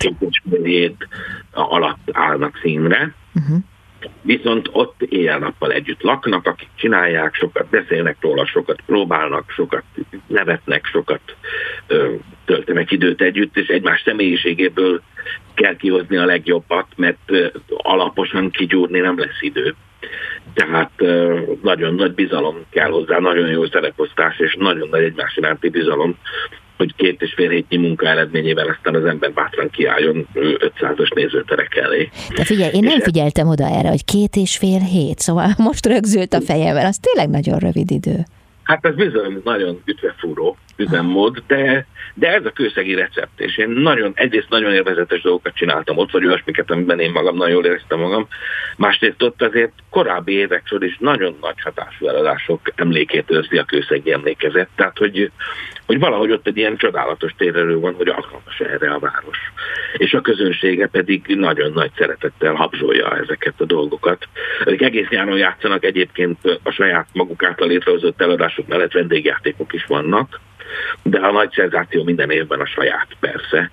hét alatt állnak színre, uh-huh. Viszont ott éjjel-nappal együtt laknak, akik csinálják, sokat beszélnek róla, sokat próbálnak, sokat nevetnek, sokat ö, töltenek időt együtt, és egymás személyiségéből kell kihozni a legjobbat, mert ö, alaposan kigyúrni nem lesz idő. Tehát ö, nagyon nagy bizalom kell hozzá, nagyon jó szereposztás, és nagyon nagy egymás iránti bizalom, hogy két és fél hétnyi munka eredményében aztán az ember bátran kiálljon ötszázas nézőterek elé. De figyelj, én nem figyeltem oda erre, hogy két és fél hét, szóval most rögzült a fejemben, az tényleg nagyon rövid idő. Hát ez bizony nagyon ütvefúró üzemmód, de, de ez a kőszegi recept, és én nagyon, egyrészt nagyon élvezetes dolgokat csináltam ott, vagy olyasmiket, amiben én magam nagyon jól éreztem magam, másrészt ott azért korábbi évek sor is nagyon nagy hatású előadások emlékét őrzi a kőszegi emlékezet, tehát hogy, hogy valahogy ott egy ilyen csodálatos térerő van, hogy alkalmas erre a város. És a közönsége pedig nagyon nagy szeretettel habzsolja ezeket a dolgokat. Ők egész nyáron játszanak, egyébként a saját maguk által létrehozott előadások mellett vendégjátékok is vannak, de a nagy szenzáció minden évben a saját, persze,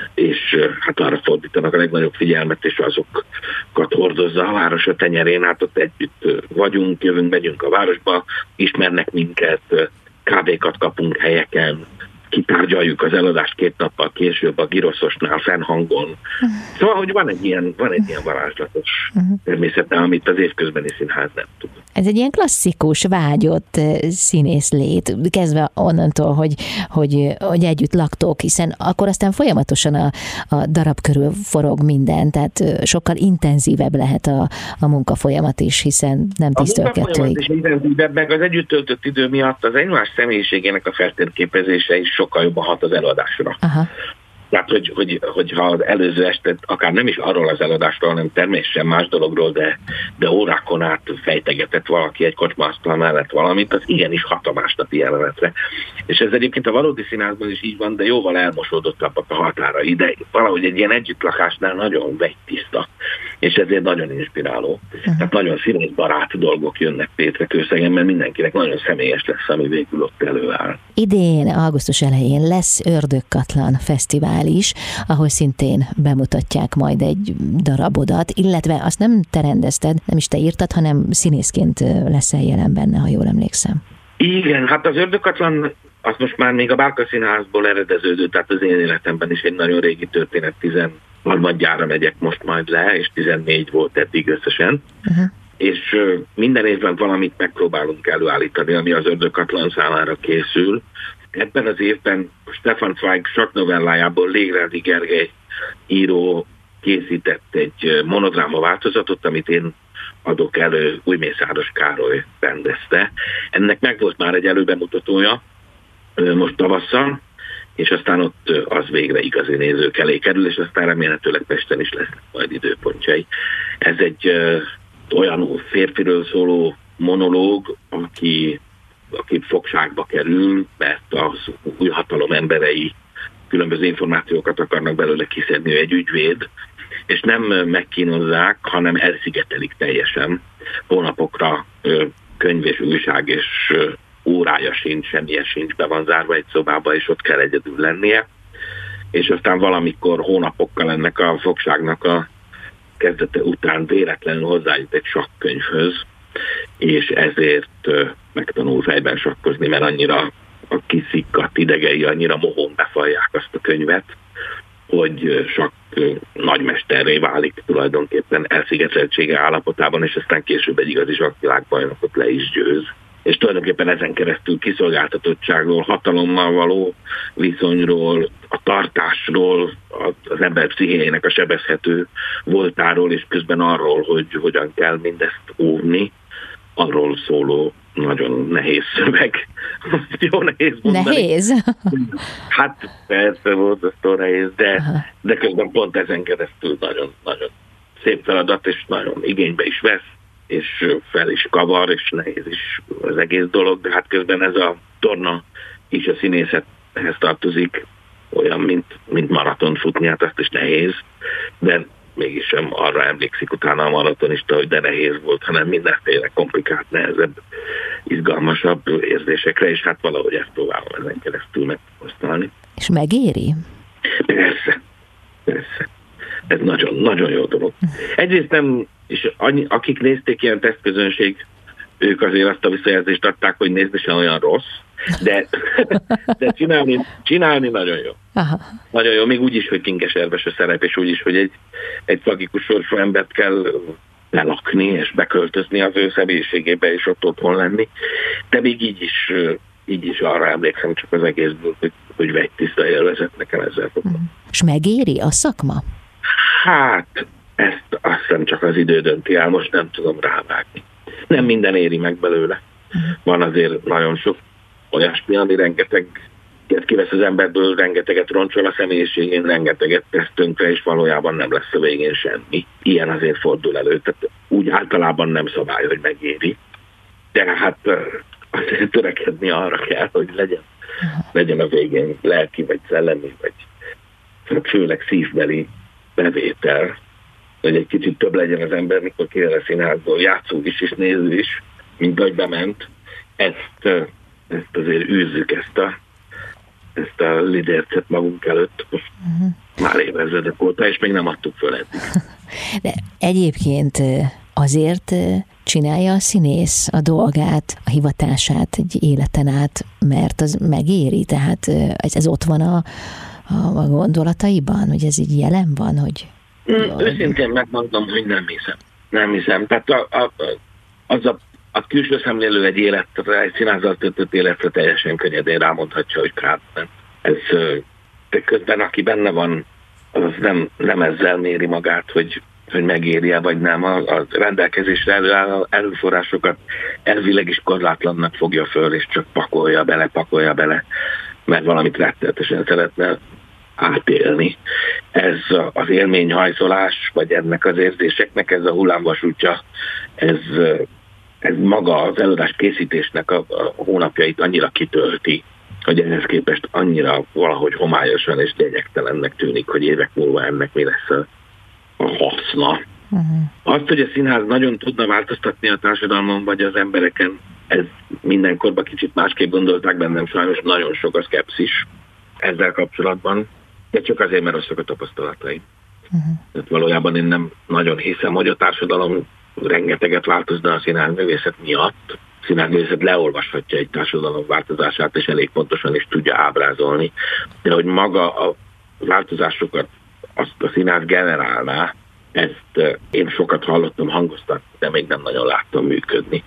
és hát arra fordítanak a legnagyobb figyelmet, és azokat hordozza a város a tenyerén, hát ott együtt vagyunk, jövünk, megyünk a városba, ismernek minket, kávékat kapunk helyeken, kitárgyaljuk az eladást két nappal később a Giroszosnál fennhangon. Szóval, hogy van egy ilyen, van egy ilyen varázslatos uh-huh. természete, amit az évközbeni színház nem tud. Ez egy ilyen klasszikus, vágyott színészlét, kezdve onnantól, hogy, hogy, hogy együtt laktok, hiszen akkor aztán folyamatosan a, a darab körül forog minden, tehát sokkal intenzívebb lehet a, a munkafolyamat is, hiszen nem tíztől kettőig. A munkafolyamat is intenzívebb, meg az együtt töltött idő miatt az egymás személyiségének a feltérképezése is sokkal jobban hat az előadásra. Aha. Tehát, hogy, hogy, hogyha az előző estet akár nem is arról az előadásról, hanem természetesen más dologról, de, de órákon át fejtegetett valaki egy kocsmaasztal mellett valamit, az igenis hat a másnapi jelenetre. És ez egyébként a valódi színházban is így van, de jóval elmosódottabbak a határai, de valahogy egy ilyen együttlakásnál nagyon vegytiszta, és ezért nagyon inspiráló. Uh-huh. Tehát nagyon színészbarát dolgok jönnek Pétre Kőszegen, mert mindenkinek nagyon személyes lesz, ami végül ott előáll. Idén, augusztus elején lesz Ördögkatlan Fesztivál is, ahol szintén bemutatják majd egy darabodat, illetve azt nem te rendezted, nem is te írtad, hanem színészként leszel jelen benne, ha jól emlékszem. Igen, hát az Ördögkatlan az most már még a Bárka Színházból eredeződő, tehát az én életemben is egy nagyon régi történet, tizenharmadjára megyek most majd le, és tizennégy volt eddig összesen. Uh-huh. És minden évben valamit megpróbálunk előállítani, ami az Ördögkatlan számára készül. Ebben az évben Stefan Zweig saknovellájából Légrádi Gergely író készített egy monodráma változatot, amit én adok elő, Újmészáros Károly rendezte. Ennek megvolt már egy előbemutatója most tavasszal, és aztán ott az végre igazi nézők elé kerül, és aztán remélhetőleg Pesten is lesznek majd időpontjai. Ez egy ö, olyan férfiről szóló monológ, aki, aki fogságba kerül, mert az új hatalom emberei különböző információkat akarnak belőle kiszedni, ő egy ügyvéd, és nem megkínozzák, hanem elszigetelik teljesen. Hónapokra ö, könyv és újság és ö, órája sincs, semmilyen sincs, be van zárva egy szobába, és ott kell egyedül lennie. És aztán valamikor hónapokkal ennek a fogságnak a kezdete után véletlenül hozzájut egy sakkönyvhöz, és ezért ö, megtanul fejben sakkozni, mert annyira a kiszikkadt idegei annyira mohón befalják azt a könyvet, hogy sakk nagymesterré válik tulajdonképpen elszigeteltsége állapotában, és aztán később egy igazi sakkvilágbajnokot le is győz. És tulajdonképpen ezen keresztül kiszolgáltatottságról, hatalommal való viszonyról, a tartásról, az ember pszichéjének a sebezhető voltáról, és közben arról, hogy hogyan kell mindezt óvni, arról szóló nagyon nehéz szöveg. Jó nehéz mondani. Nehéz? Hát persze volt, az nehéz, de, de közben pont ezen keresztül nagyon, nagyon szép feladat, és nagyon igénybe is vesz, és fel is kavar, és nehéz is az egész dolog, de hát közben ez a torna is a színészethez tartozik, olyan, mint, mint maraton futni, hát azt is nehéz, de mégis sem arra emlékszik utána a maratonista, hogy de nehéz volt, hanem mindenféle komplikált, nehezebb, izgalmasabb érzésekre, és hát valahogy ezt próbálom ezen keresztül megfosztalni. És megéri? Persze, persze. Ez nagyon, nagyon jó dolog. Egyrészt nem, és annyi, akik nézték, ilyen tesztközönség, ők azért azt a visszajelzést adták, hogy nézni sem olyan rossz, de, de csinálni, csinálni nagyon jó. Aha. Nagyon jó, még úgy is, hogy Kinkes Erbes a szerep, és úgy is, hogy egy, egy tragikus sorsú embert kell belakni, és beköltözni az ő személyiségébe, és ott otthon lenni. De még így is, így is arra emlékszem csak az egészből, hogy, hogy vegytiszta élvezet nekem ezzel fogom. És megéri a szakma? Hát, ezt azt hiszem csak az idő dönti el, most nem tudom rávágni. Nem minden éri meg belőle. Van azért nagyon sok olyasmi, ami rengeteget kivesz az emberből, rengeteget roncsol a személyiségén, rengeteget tesz tönkre, és valójában nem lesz a végén semmi. Ilyen azért fordul elő. Tehát úgy általában nem szabály, hogy megéri. De hát azért törekedni arra kell, hogy legyen, legyen a végén lelki, vagy szellemi, vagy főleg szívbeli bevétel, hogy egy kicsit több legyen az ember, mikor kijön a színházból, játszó is és néző is, mint ahogy bement. Ezt, ezt azért űzzük, ezt a, ezt a lidércet magunk előtt most uh-huh. már évezredek óta, és még nem adtuk föl eddig. De egyébként azért csinálja a színész a dolgát, a hivatását egy életen át, mert az megéri, tehát ez, ez ott van a, a, a gondolataiban, hogy ez így jelen van, hogy... Mm, őszintén megmondom, hogy nem hiszem. Nem hiszem. Tehát a, a, az a, a külső szemlélő egy életre, egy színházzal töltött életre teljesen könnyedén rámondhatja, hogy kárban. Ez de közben, aki benne van, az nem, nem ezzel méri magát, hogy, hogy megéri-e vagy nem. A, a rendelkezésre előálló előforrásokat elvileg is korlátlannak fogja föl, és csak pakolja bele, pakolja bele, mert valamit rettenetesen szeretne átélni. Ez az élményhajszolás, vagy ennek az érzéseknek ez a hullámvasútja, ez, ez maga az előadás készítésnek a, a hónapjait annyira kitölti, hogy ehhez képest annyira valahogy homályosan és lényegtelennek tűnik, hogy évek múlva ennek mi lesz a, a haszna. Uh-huh. Azt, hogy a színház nagyon tudna változtatni a társadalmon, vagy az embereken, ez mindenkorban kicsit másképp gondolták bennem, sajnos nagyon sok a szkepszis ezzel kapcsolatban, de csak azért, mert rosszak a tapasztalataim. Uh-huh. Tehát valójában én nem nagyon hiszem, hogy a társadalom rengeteget változna a színházművészet miatt. A színházművészet leolvashatja egy társadalom változását, és elég pontosan is tudja ábrázolni. De hogy maga a változásokat azt a színház generálná, ezt én sokat hallottam hangoztatni, de még nem nagyon láttam működni.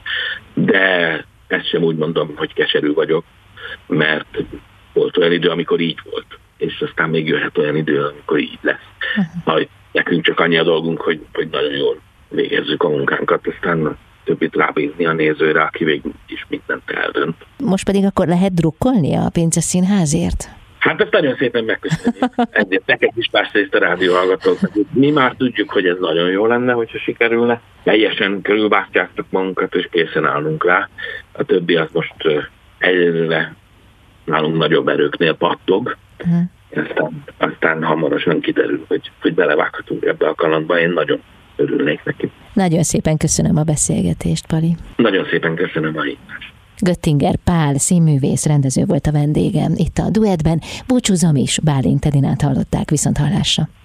De ezt sem úgy mondom, hogy keserű vagyok, mert volt olyan idő, amikor így volt, és aztán még jöhet olyan idő, amikor így lesz. Uh-huh. nekünk csak annyi a dolgunk, hogy, hogy nagyon jól végezzük a munkánkat, aztán többit rábízni a nézőre, aki végül is mindent eldönt. Most pedig akkor lehet drukkolni a Pince Színházért? Hát ezt nagyon szépen megköszönjük. Ezért neked is persze ezt a rádióhallgatóknak. Mi már tudjuk, hogy ez nagyon jó lenne, hogyha sikerülne. Teljesen körülbástyáztuk magunkat, és készen állunk rá. A többi az most egyelőre nálunk nagyobb erőknél pattog. Uh-huh. Aztán, aztán hamarosan kiderül, hogy, hogy belevághatunk ebbe a kalandba. Én nagyon örülnék neki. Nagyon szépen köszönöm a beszélgetést, Pali. Nagyon szépen köszönöm a hívást. Göttinger Pál színművész rendező volt a vendégem itt a Duettben. Búcsúzom is, Bálint Edinát hallották, viszont hallásra.